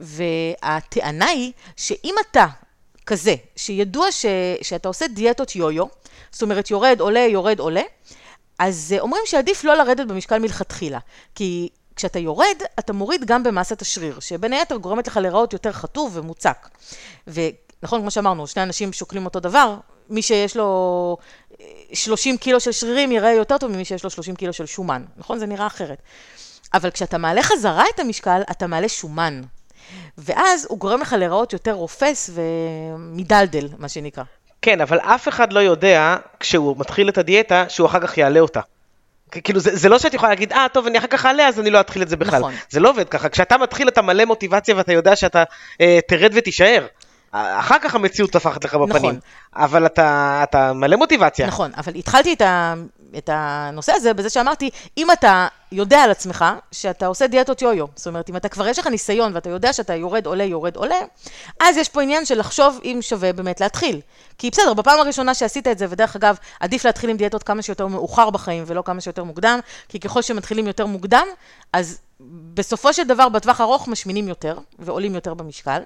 והטענה היא שאם אתה כזה, שידוע ש, שאתה עושה דיאטות יו-יו, זאת אומרת יורד, עולה, יורד, עולה, אז אומרים שעדיף לא לרדת במשקל מלכתחילה. כי כשאתה יורד, אתה מוריד גם במסת השריר, שבין היתר גורמת לך לראות יותר חטוב ומוצק. ונכון, כמו שאמרנו, שני אנשים שוקלים אותו דבר, מי שיש לו שלושים קילו של שרירים יראה יותר טוב ממי שיש לו שלושים קילו של שומן. נכון? זה נראה אחרת. אבל כשאתה מעלה חזרה את המשקל, אתה מעלה שומן. ואז הוא גורם לך לראות יותר רופס ומדלדל, מה שנקרא. כן, אבל אף אחד לא יודע, כשהוא מתחיל את הדיאטה, שהוא אחר כך יעלה אותה. כאילו, זה, זה לא שאת יכולה להגיד, אה, טוב, אני אחר כך אעלה, אז אני לא אתחיל את זה בכלל. נכון. זה לא עובד ככה. כשאתה מתחיל, אתה מלא מוטיבציה, ואתה יודע שאתה אה, תרד ותישאר. אחר כך המציאות תפחת לך בפנים. נכון. אבל אתה, אתה מלא מוטיבציה. נכון, אבל התחלתי את, ה, את הנושא הזה בזה שאמרתי, אם אתה יודע על עצמך שאתה עושה דיאטות יו-יו, זאת אומרת, אם אתה כבר יש לך ניסיון ואתה יודע שאתה יורד, עולה, יורד, עולה, אז יש פה עניין של לחשוב אם שווה באמת להתחיל. כי בסדר, בפעם הראשונה שעשית את זה, ודרך אגב, עדיף להתחיל עם דיאטות כמה שיותר מאוחר בחיים ולא כמה שיותר מוקדם, כי ככל שמתחילים יותר מוקדם, אז בסופו של דבר, בטווח ארוך משמינים יותר ועולים יותר במשקל.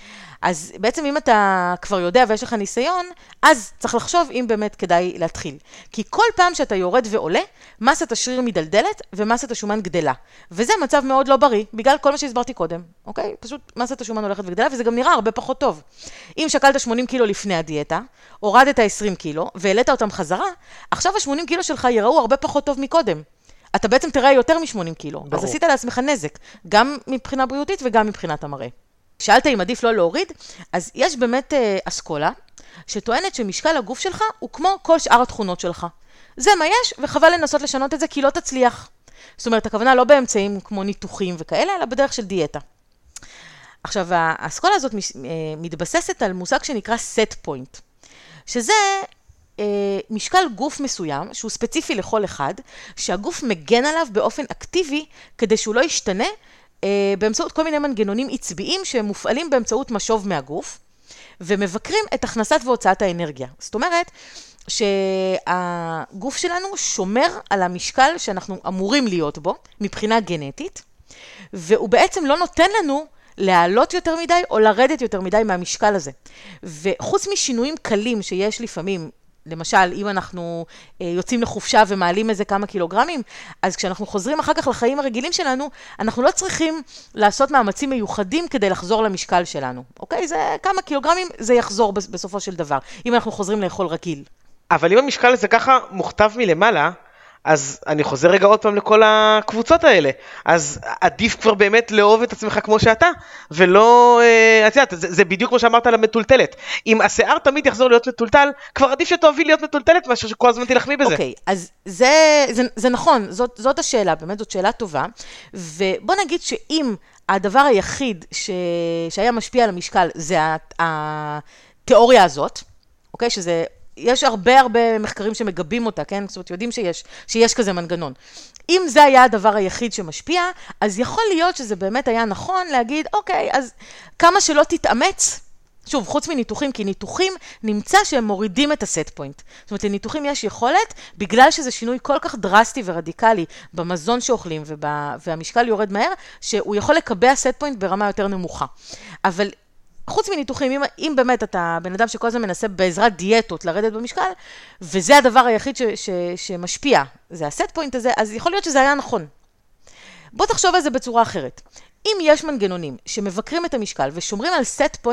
אז בעצם אם אתה כבר יודע ויש לך ניסיון, אז צריך לחשוב אם באמת כדאי להתחיל. כי כל פעם שאתה יורד ועולה, מסת השריר מדלדלת ומסת השומן גדלה. וזה מצב מאוד לא בריא, בגלל כל מה שהסברתי קודם, אוקיי? פשוט מסת השומן הולכת וגדלה, וזה גם נראה הרבה פחות טוב. אם שקלת שמונים קילו לפני הדיאטה, הורדת עשרים קילו והעלית אותם חזרה, עכשיו ה-שמונים קילו שלך יראו הרבה פחות טוב מקודם. אתה בעצם תראה יותר מ-שמונים קילו. ברור. אז עשית לעצמך נזק, גם מבחינה בריאותית וגם מבחינת המראה. שאלת אם עדיף לא להוריד, אז יש באמת אה, אסכולה שטוענת שמשקל הגוף שלך הוא כמו כל שאר התכונות שלך. זה מה יש, וחבל לנסות לשנות את זה כי לא תצליח. זאת אומרת, הכוונה לא באמצעים כמו ניתוחים וכאלה, אלא בדרך של דיאטה. עכשיו, האסכולה הזאת מתבססת על מושג שנקרא set point, שזה אה, משקל גוף מסוים, שהוא ספציפי לכל אחד, שהגוף מגן עליו באופן אקטיבי כדי שהוא לא ישתנה, באמצעות כל מיני מנגנונים עצביים שהם מופעלים באמצעות משוב מהגוף, ומבקרים את הכנסת והוצאת האנרגיה. זאת אומרת שהגוף שלנו שומר על המשקל שאנחנו אמורים להיות בו, מבחינה גנטית, והוא בעצם לא נותן לנו לעלות יותר מדי או לרדת יותר מדי מהמשקל הזה. וחוץ משינויים קלים שיש לפעמים, למשל, אם אנחנו יוצאים לחופשה ומעלים איזה כמה קילוגרמים, אז כשאנחנו חוזרים אחר כך לחיים הרגילים שלנו, אנחנו לא צריכים לעשות מאמצים מיוחדים כדי לחזור למשקל שלנו. אוקיי? זה כמה קילוגרמים, זה יחזור בסופו של דבר, אם אנחנו חוזרים לאכול רגיל. אבל אם המשקל הזה ככה מוכתב מלמעלה, אז אני חוזר רגע עוד פעם לכל הקבוצות האלה. אז עדיף כבר באמת לאהוב את עצמך כמו שאתה, ולא, את יודעת, זה, זה בדיוק כמו שאמרת על המטולטלת. אם השיער תמיד יחזור להיות מטולטל, כבר עדיף שתאהבי להיות מטולטלת, מאשר שכל הזמן תלחמי בזה. אוקיי, אז זה, זה, זה נכון, זאת, זאת השאלה, באמת זאת שאלה טובה, ובוא נגיד שאם הדבר היחיד ש, שהיה משפיע על המשקל, זה התיאוריה הזאת, אוקיי, שזה יש הרבה הרבה מחקרים שמגבים אותה, כן? זאת אומרת, יודעים שיש, שיש כזה מנגנון. אם זה היה הדבר היחיד שמשפיע, אז יכול להיות שזה באמת היה נכון להגיד, אוקיי, אז כמה שלא תתאמץ, שוב, חוץ מניתוחים, כי ניתוחים נמצא שהם מורידים את הסט פוינט. זאת אומרת, לניתוחים יש יכולת, בגלל שזה שינוי כל כך דרסטי ורדיקלי במזון שאוכלים ובא, והמשקל יורד מהר, שהוא יכול לקבע סט פוינט ברמה יותר נמוכה. אבל חוץ מניתוחים, אם, אם באמת אתה בן אדם שכל הזמן מנסה בעזרת דיאטות לרדת במשקל, וזה הדבר היחיד ש, ש, שמשפיע, זה הסט פוינט הזה, אז יכול להיות שזה היה נכון. בוא תחשוב על זה בצורה אחרת. אם יש מנגנונים שמבקרים את המשקל ושומרים על סט פוינט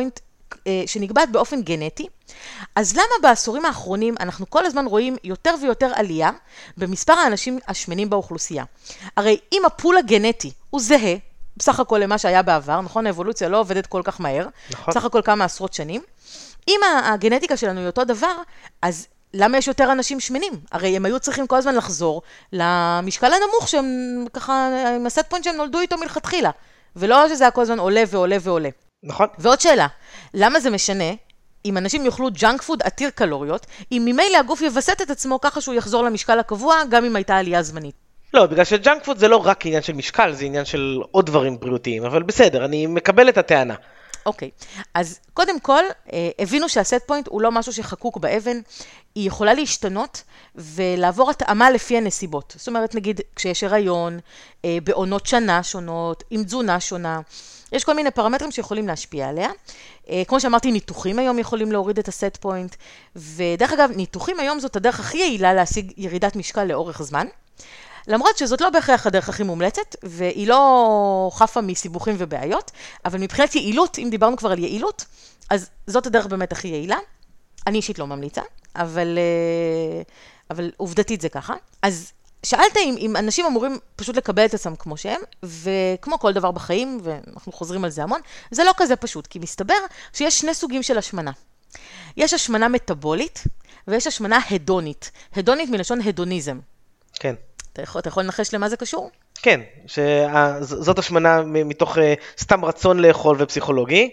שנקבעת באופן גנטי. אז למה בעשורים האחרונים אנחנו כל הזמן רואים יותר ויותר עלייה במספר האנשים השמנים באוכלוסייה? הרי אם הפול הגנטי הוא זהה, בסך הכל למה שהיה בעבר, נכון? האבולוציה לא עובדת כל כך מהר, נכון. בסך הכל כמה עשרות שנים. אם הגנטיקה שלנו היא אותו דבר, אז למה יש יותר אנשים שמנים? הרי הם היו צריכים כל הזמן לחזור למשקל הנמוך שהם ככה, עם הסט פוינט שהם נולדו איתו מלכתחילה, ולא שזה היה כל הזמן עולה ועולה ועולה. נכון. ועוד שאלה, למה זה משנה אם אנשים יאכלו ג'אנק פוד עתיר קלוריות, אם ממילא הגוף יווסת את עצמו ככה שהוא יחזור למשקל הקבוע, גם אם הייתה עלייה זמנית? לא, בגלל שג'אנק פוד זה לא רק עניין של משקל, זה עניין של עוד דברים בריאותיים, אבל בסדר, אני מקבל את הטענה. אוקיי, אז קודם כל, הבינו שהסט פוינט הוא לא משהו שחקוק באבן, היא יכולה להשתנות ולעבור התאמה לפי הנסיבות. זאת אומרת, נגיד, כשיש הריון, בעונות שנה שונות, עם תזונה שונה, יש כל מיני פרמטרים שיכולים להשפיע עליה. כמו שאמרתי, ניתוחים היום יכולים להוריד את הסט פוינט, ודרך אגב, ניתוחים היום זאת הדרך הכי יעילה להשיג ירידת משקל לאורך זמן, למרות שזאת לא בהכרח הדרך הכי מומלצת, והיא לא חפה מסיבוכים ובעיות, אבל מבחינת יעילות, אם דיברנו כבר על יעילות, אז זאת הדרך באמת הכי יעילה. אני אישית לא ממליצה, אבל, אבל עובדתית זה ככה. אז שאלת אם, אם אנשים אמורים פשוט לקבל את עצמם כמו שהם, וכמו כל דבר בחיים, ואנחנו חוזרים על זה המון, זה לא כזה פשוט, כי מסתבר שיש שני סוגים של השמנה. יש השמנה מטאבולית, ויש השמנה הדונית. הדונית מלשון הדוניזם. כן. אתה יכול, אתה יכול לנחש למה זה קשור? כן, שזאת השמנה מתוך סתם רצון לאכול ופסיכולוגי,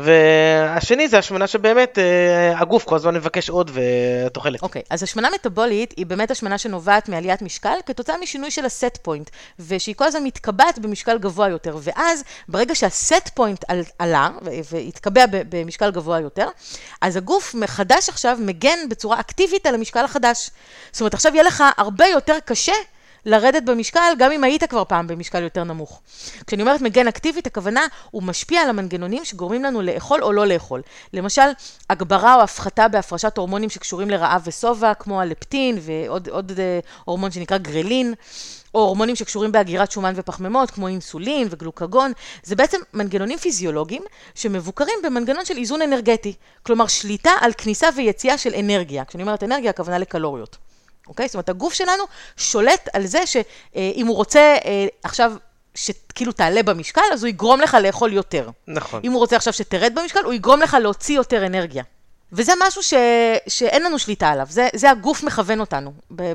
והשני זה השמנה שבאמת הגוף כל הזמן מבקש עוד ותאכלת. אוקיי, אז השמנה מטאבולית היא באמת השמנה שנובעת מעליית משקל, כתוצאה משינוי של הסט פוינט, ושהיא כל הזמן מתקבעת במשקל גבוה יותר, ואז ברגע שהסט פוינט עלה, והתקבע במשקל גבוה יותר, אז הגוף מחדש עכשיו מגן בצורה אקטיבית על המשקל החדש. זאת אומרת, עכשיו יהיה לך הרבה יותר קשה לרדת במשקל, גם אם היית כבר פעם במשקל יותר נמוך. כשאני אומרת מגן אקטיבית, הכוונה הוא משפיע על המנגנונים שגורמים לנו לאכול או לא לאכול. למשל, הגברה או הפחתה בהפרשת הורמונים שקשורים לרעב וסובה, כמו הלפטין ועוד עוד, הורמון שנקרא גרלין, או הורמונים שקשורים בהגירת שומן ופחמימות, כמו אינסולין וגלוקגון. זה בעצם מנגנונים פיזיולוגיים שמבוקרים במנגנון של איזון אנרגטי. כלומר, שליטה על כניסה ויציאה של אנרגיה. כשאני אומרת אנרגיה, הכוונה לקלוריות. אוקיי? זאת אומרת, הגוף שלנו שולט על זה שאם הוא רוצה עכשיו שכאילו תעלה במשקל, אז הוא יגרום לך לאכול יותר. נכון. אם הוא רוצה עכשיו שתרד במשקל, הוא יגרום לך להוציא יותר אנרגיה. וזה משהו ש... שאין לנו שליטה עליו. זה, זה הגוף מכוון אותנו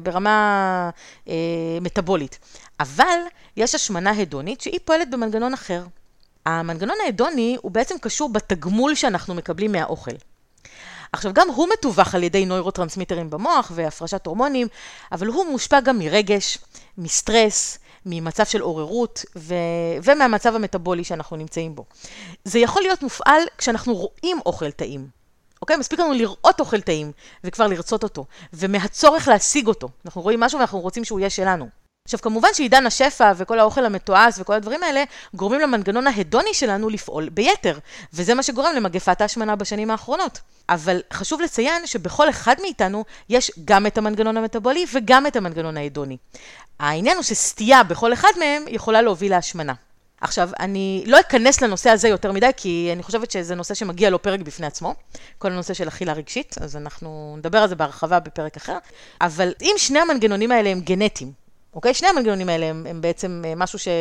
ברמה אה, מטאבולית. אבל יש השמנה הדונית שהיא פועלת במנגנון אחר. המנגנון ההדוני הוא בעצם קשור בתגמול שאנחנו מקבלים מהאוכל. עכשיו, גם הוא מתווך על ידי נוירוטרנסמיטרים במוח והפרשת הורמונים, אבל הוא מושפע גם מרגש, מסטרס, ממצב של עוררות ו... ומהמצב המטאבולי שאנחנו נמצאים בו. זה יכול להיות מופעל כשאנחנו רואים אוכל טעים. אוקיי? מספיק לנו לראות אוכל טעים וכבר לרצות אותו, ומהצורך להשיג אותו. אנחנו רואים משהו ואנחנו רוצים שהוא יהיה שלנו. עכשיו, כמובן שעידן השפע וכל האוכל המתועש וכל הדברים האלה גורמים למנגנון ההדוני שלנו לפעול ביתר, וזה מה שגורם למגפת ההשמנה בשנים האחרונות. אבל חשוב לציין שבכל אחד מאיתנו יש גם את המנגנון המטאבולי וגם את המנגנון ההדוני. העניין הוא שסטייה בכל אחד מהם יכולה להוביל להשמנה. עכשיו, אני לא אכנס לנושא הזה יותר מדי, כי אני חושבת שזה נושא שמגיע לו פרק בפני עצמו, כל הנושא של אכילה רגשית, אז אנחנו נדבר על זה בהרחבה בפרק אחר. אבל אם שני המנגנונים האלה הם גנטיים, אוקיי? שני המנגנונים האלה הם, הם בעצם משהו ש...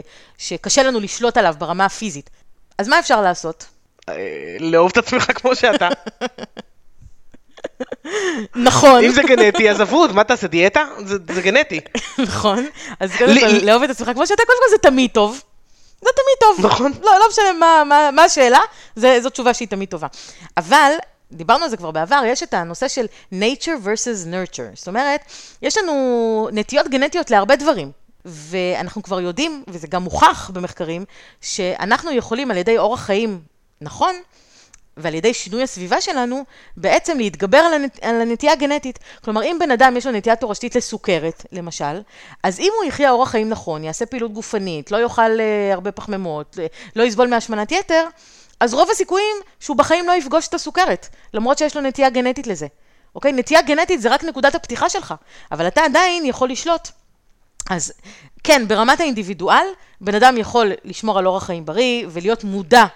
שקשה לנו לשלוט עליו ברמה הפיזית. אז מה אפשר לעשות? לאהוב את עצמך כמו שאתה. נכון. אם זה גנטי, אז אבוד, מה תעשה, דיאטה? זה, זה גנטי. נכון. אז לאהוב את עצמך כמו שאתה, קודם כל זה תמיד טוב. זה תמיד טוב. נכון. לא, לא משנה מה, מה, מה השאלה, זה, זו תשובה שהיא תמיד טובה. אבל דיברנו על זה כבר בעבר, יש את הנושא של nature versus nurture. זאת אומרת, יש לנו נטיות גנטיות להרבה דברים. ואנחנו כבר יודעים, וזה גם מוכח במחקרים, שאנחנו יכולים על ידי אורח חיים נכון, ועל ידי שינוי הסביבה שלנו, בעצם להתגבר על, הנט... על הנטייה הגנטית. כלומר, אם בן אדם יש לו נטייה תורשתית לסוכרת, למשל, אז אם הוא יחיה אורח חיים נכון, יעשה פעילות גופנית, לא יאכל uh, הרבה פחמימות, לא יסבול מהשמנת יתר, אז רוב הסיכויים שהוא בחיים לא יפגוש את הסוכרת, למרות שיש לו נטייה גנטית לזה. אוקיי? נטייה גנטית זה רק נקודת הפתיחה שלך, אבל אתה עדיין יכול לשלוט. אז כן, ברמת האינדיבידואל, בן אדם יכול לשמור על אורח חיים בריא ולהיות מודע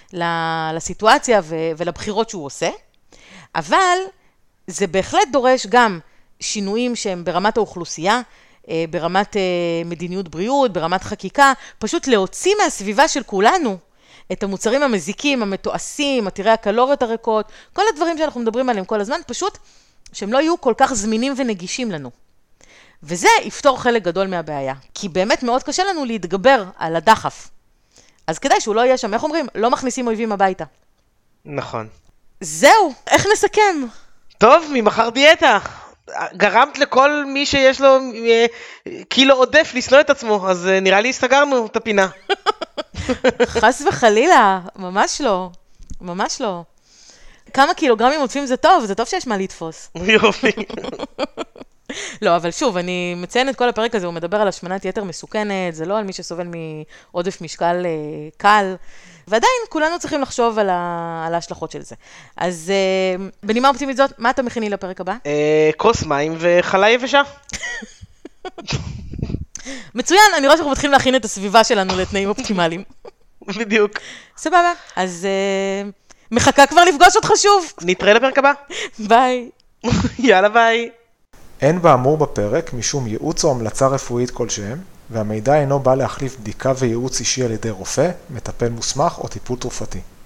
לסיטואציה ולבחירות שהוא עושה, אבל זה בהחלט דורש גם שינויים שהם ברמת האוכלוסייה, ברמת מדיניות בריאות, ברמת חקיקה, פשוט להוציא מהסביבה של כולנו את המוצרים המזיקים, המתועשים, עתירי הקלוריות הריקות, כל הדברים שאנחנו מדברים עליהם כל הזמן, פשוט שהם לא יהיו כל כך זמינים ונגישים לנו. וזה יפתור חלק גדול מהבעיה, כי באמת מאוד קשה לנו להתגבר על הדחף. אז כדאי שהוא לא יהיה שם, איך אומרים? לא מכניסים אויבים הביתה. נכון. זהו, איך נסכם? טוב, ממחר דיאטה. גרמת לכל מי שיש לו קילו עודף לשנוא את עצמו, אז נראה לי הסתגרנו את הפינה. חס וחלילה, ממש לא, ממש לא. כמה קילוגרמים עודפים זה טוב, זה טוב שיש מה לתפוס. יופי. לא, אבל שוב, אני מציינת כל הפרק הזה, הוא מדבר על השמנת יתר מסוכנת, זה לא על מי שסובל מעודף משקל קל, ועדיין כולנו צריכים לחשוב על, ה... על ההשלכות של זה. אז בנימה אופטימית זאת, מה אתה מכיני לפרק הבא? כוס מים וחלה יבשה. מצוין, אני רואה שאנחנו מתחילים להכין את הסביבה שלנו לתנאים אופטימליים. בדיוק. סבבה, אז מחכה כבר לפגוש אותך שוב. נתראה לפרק הבא. ביי. יאללה ביי. אין באמור בפרק משום ייעוץ או המלצה רפואית כלשהם, והמידע אינו בא להחליף בדיקה וייעוץ אישי על ידי רופא, מטפל מוסמך או טיפול תרופתי.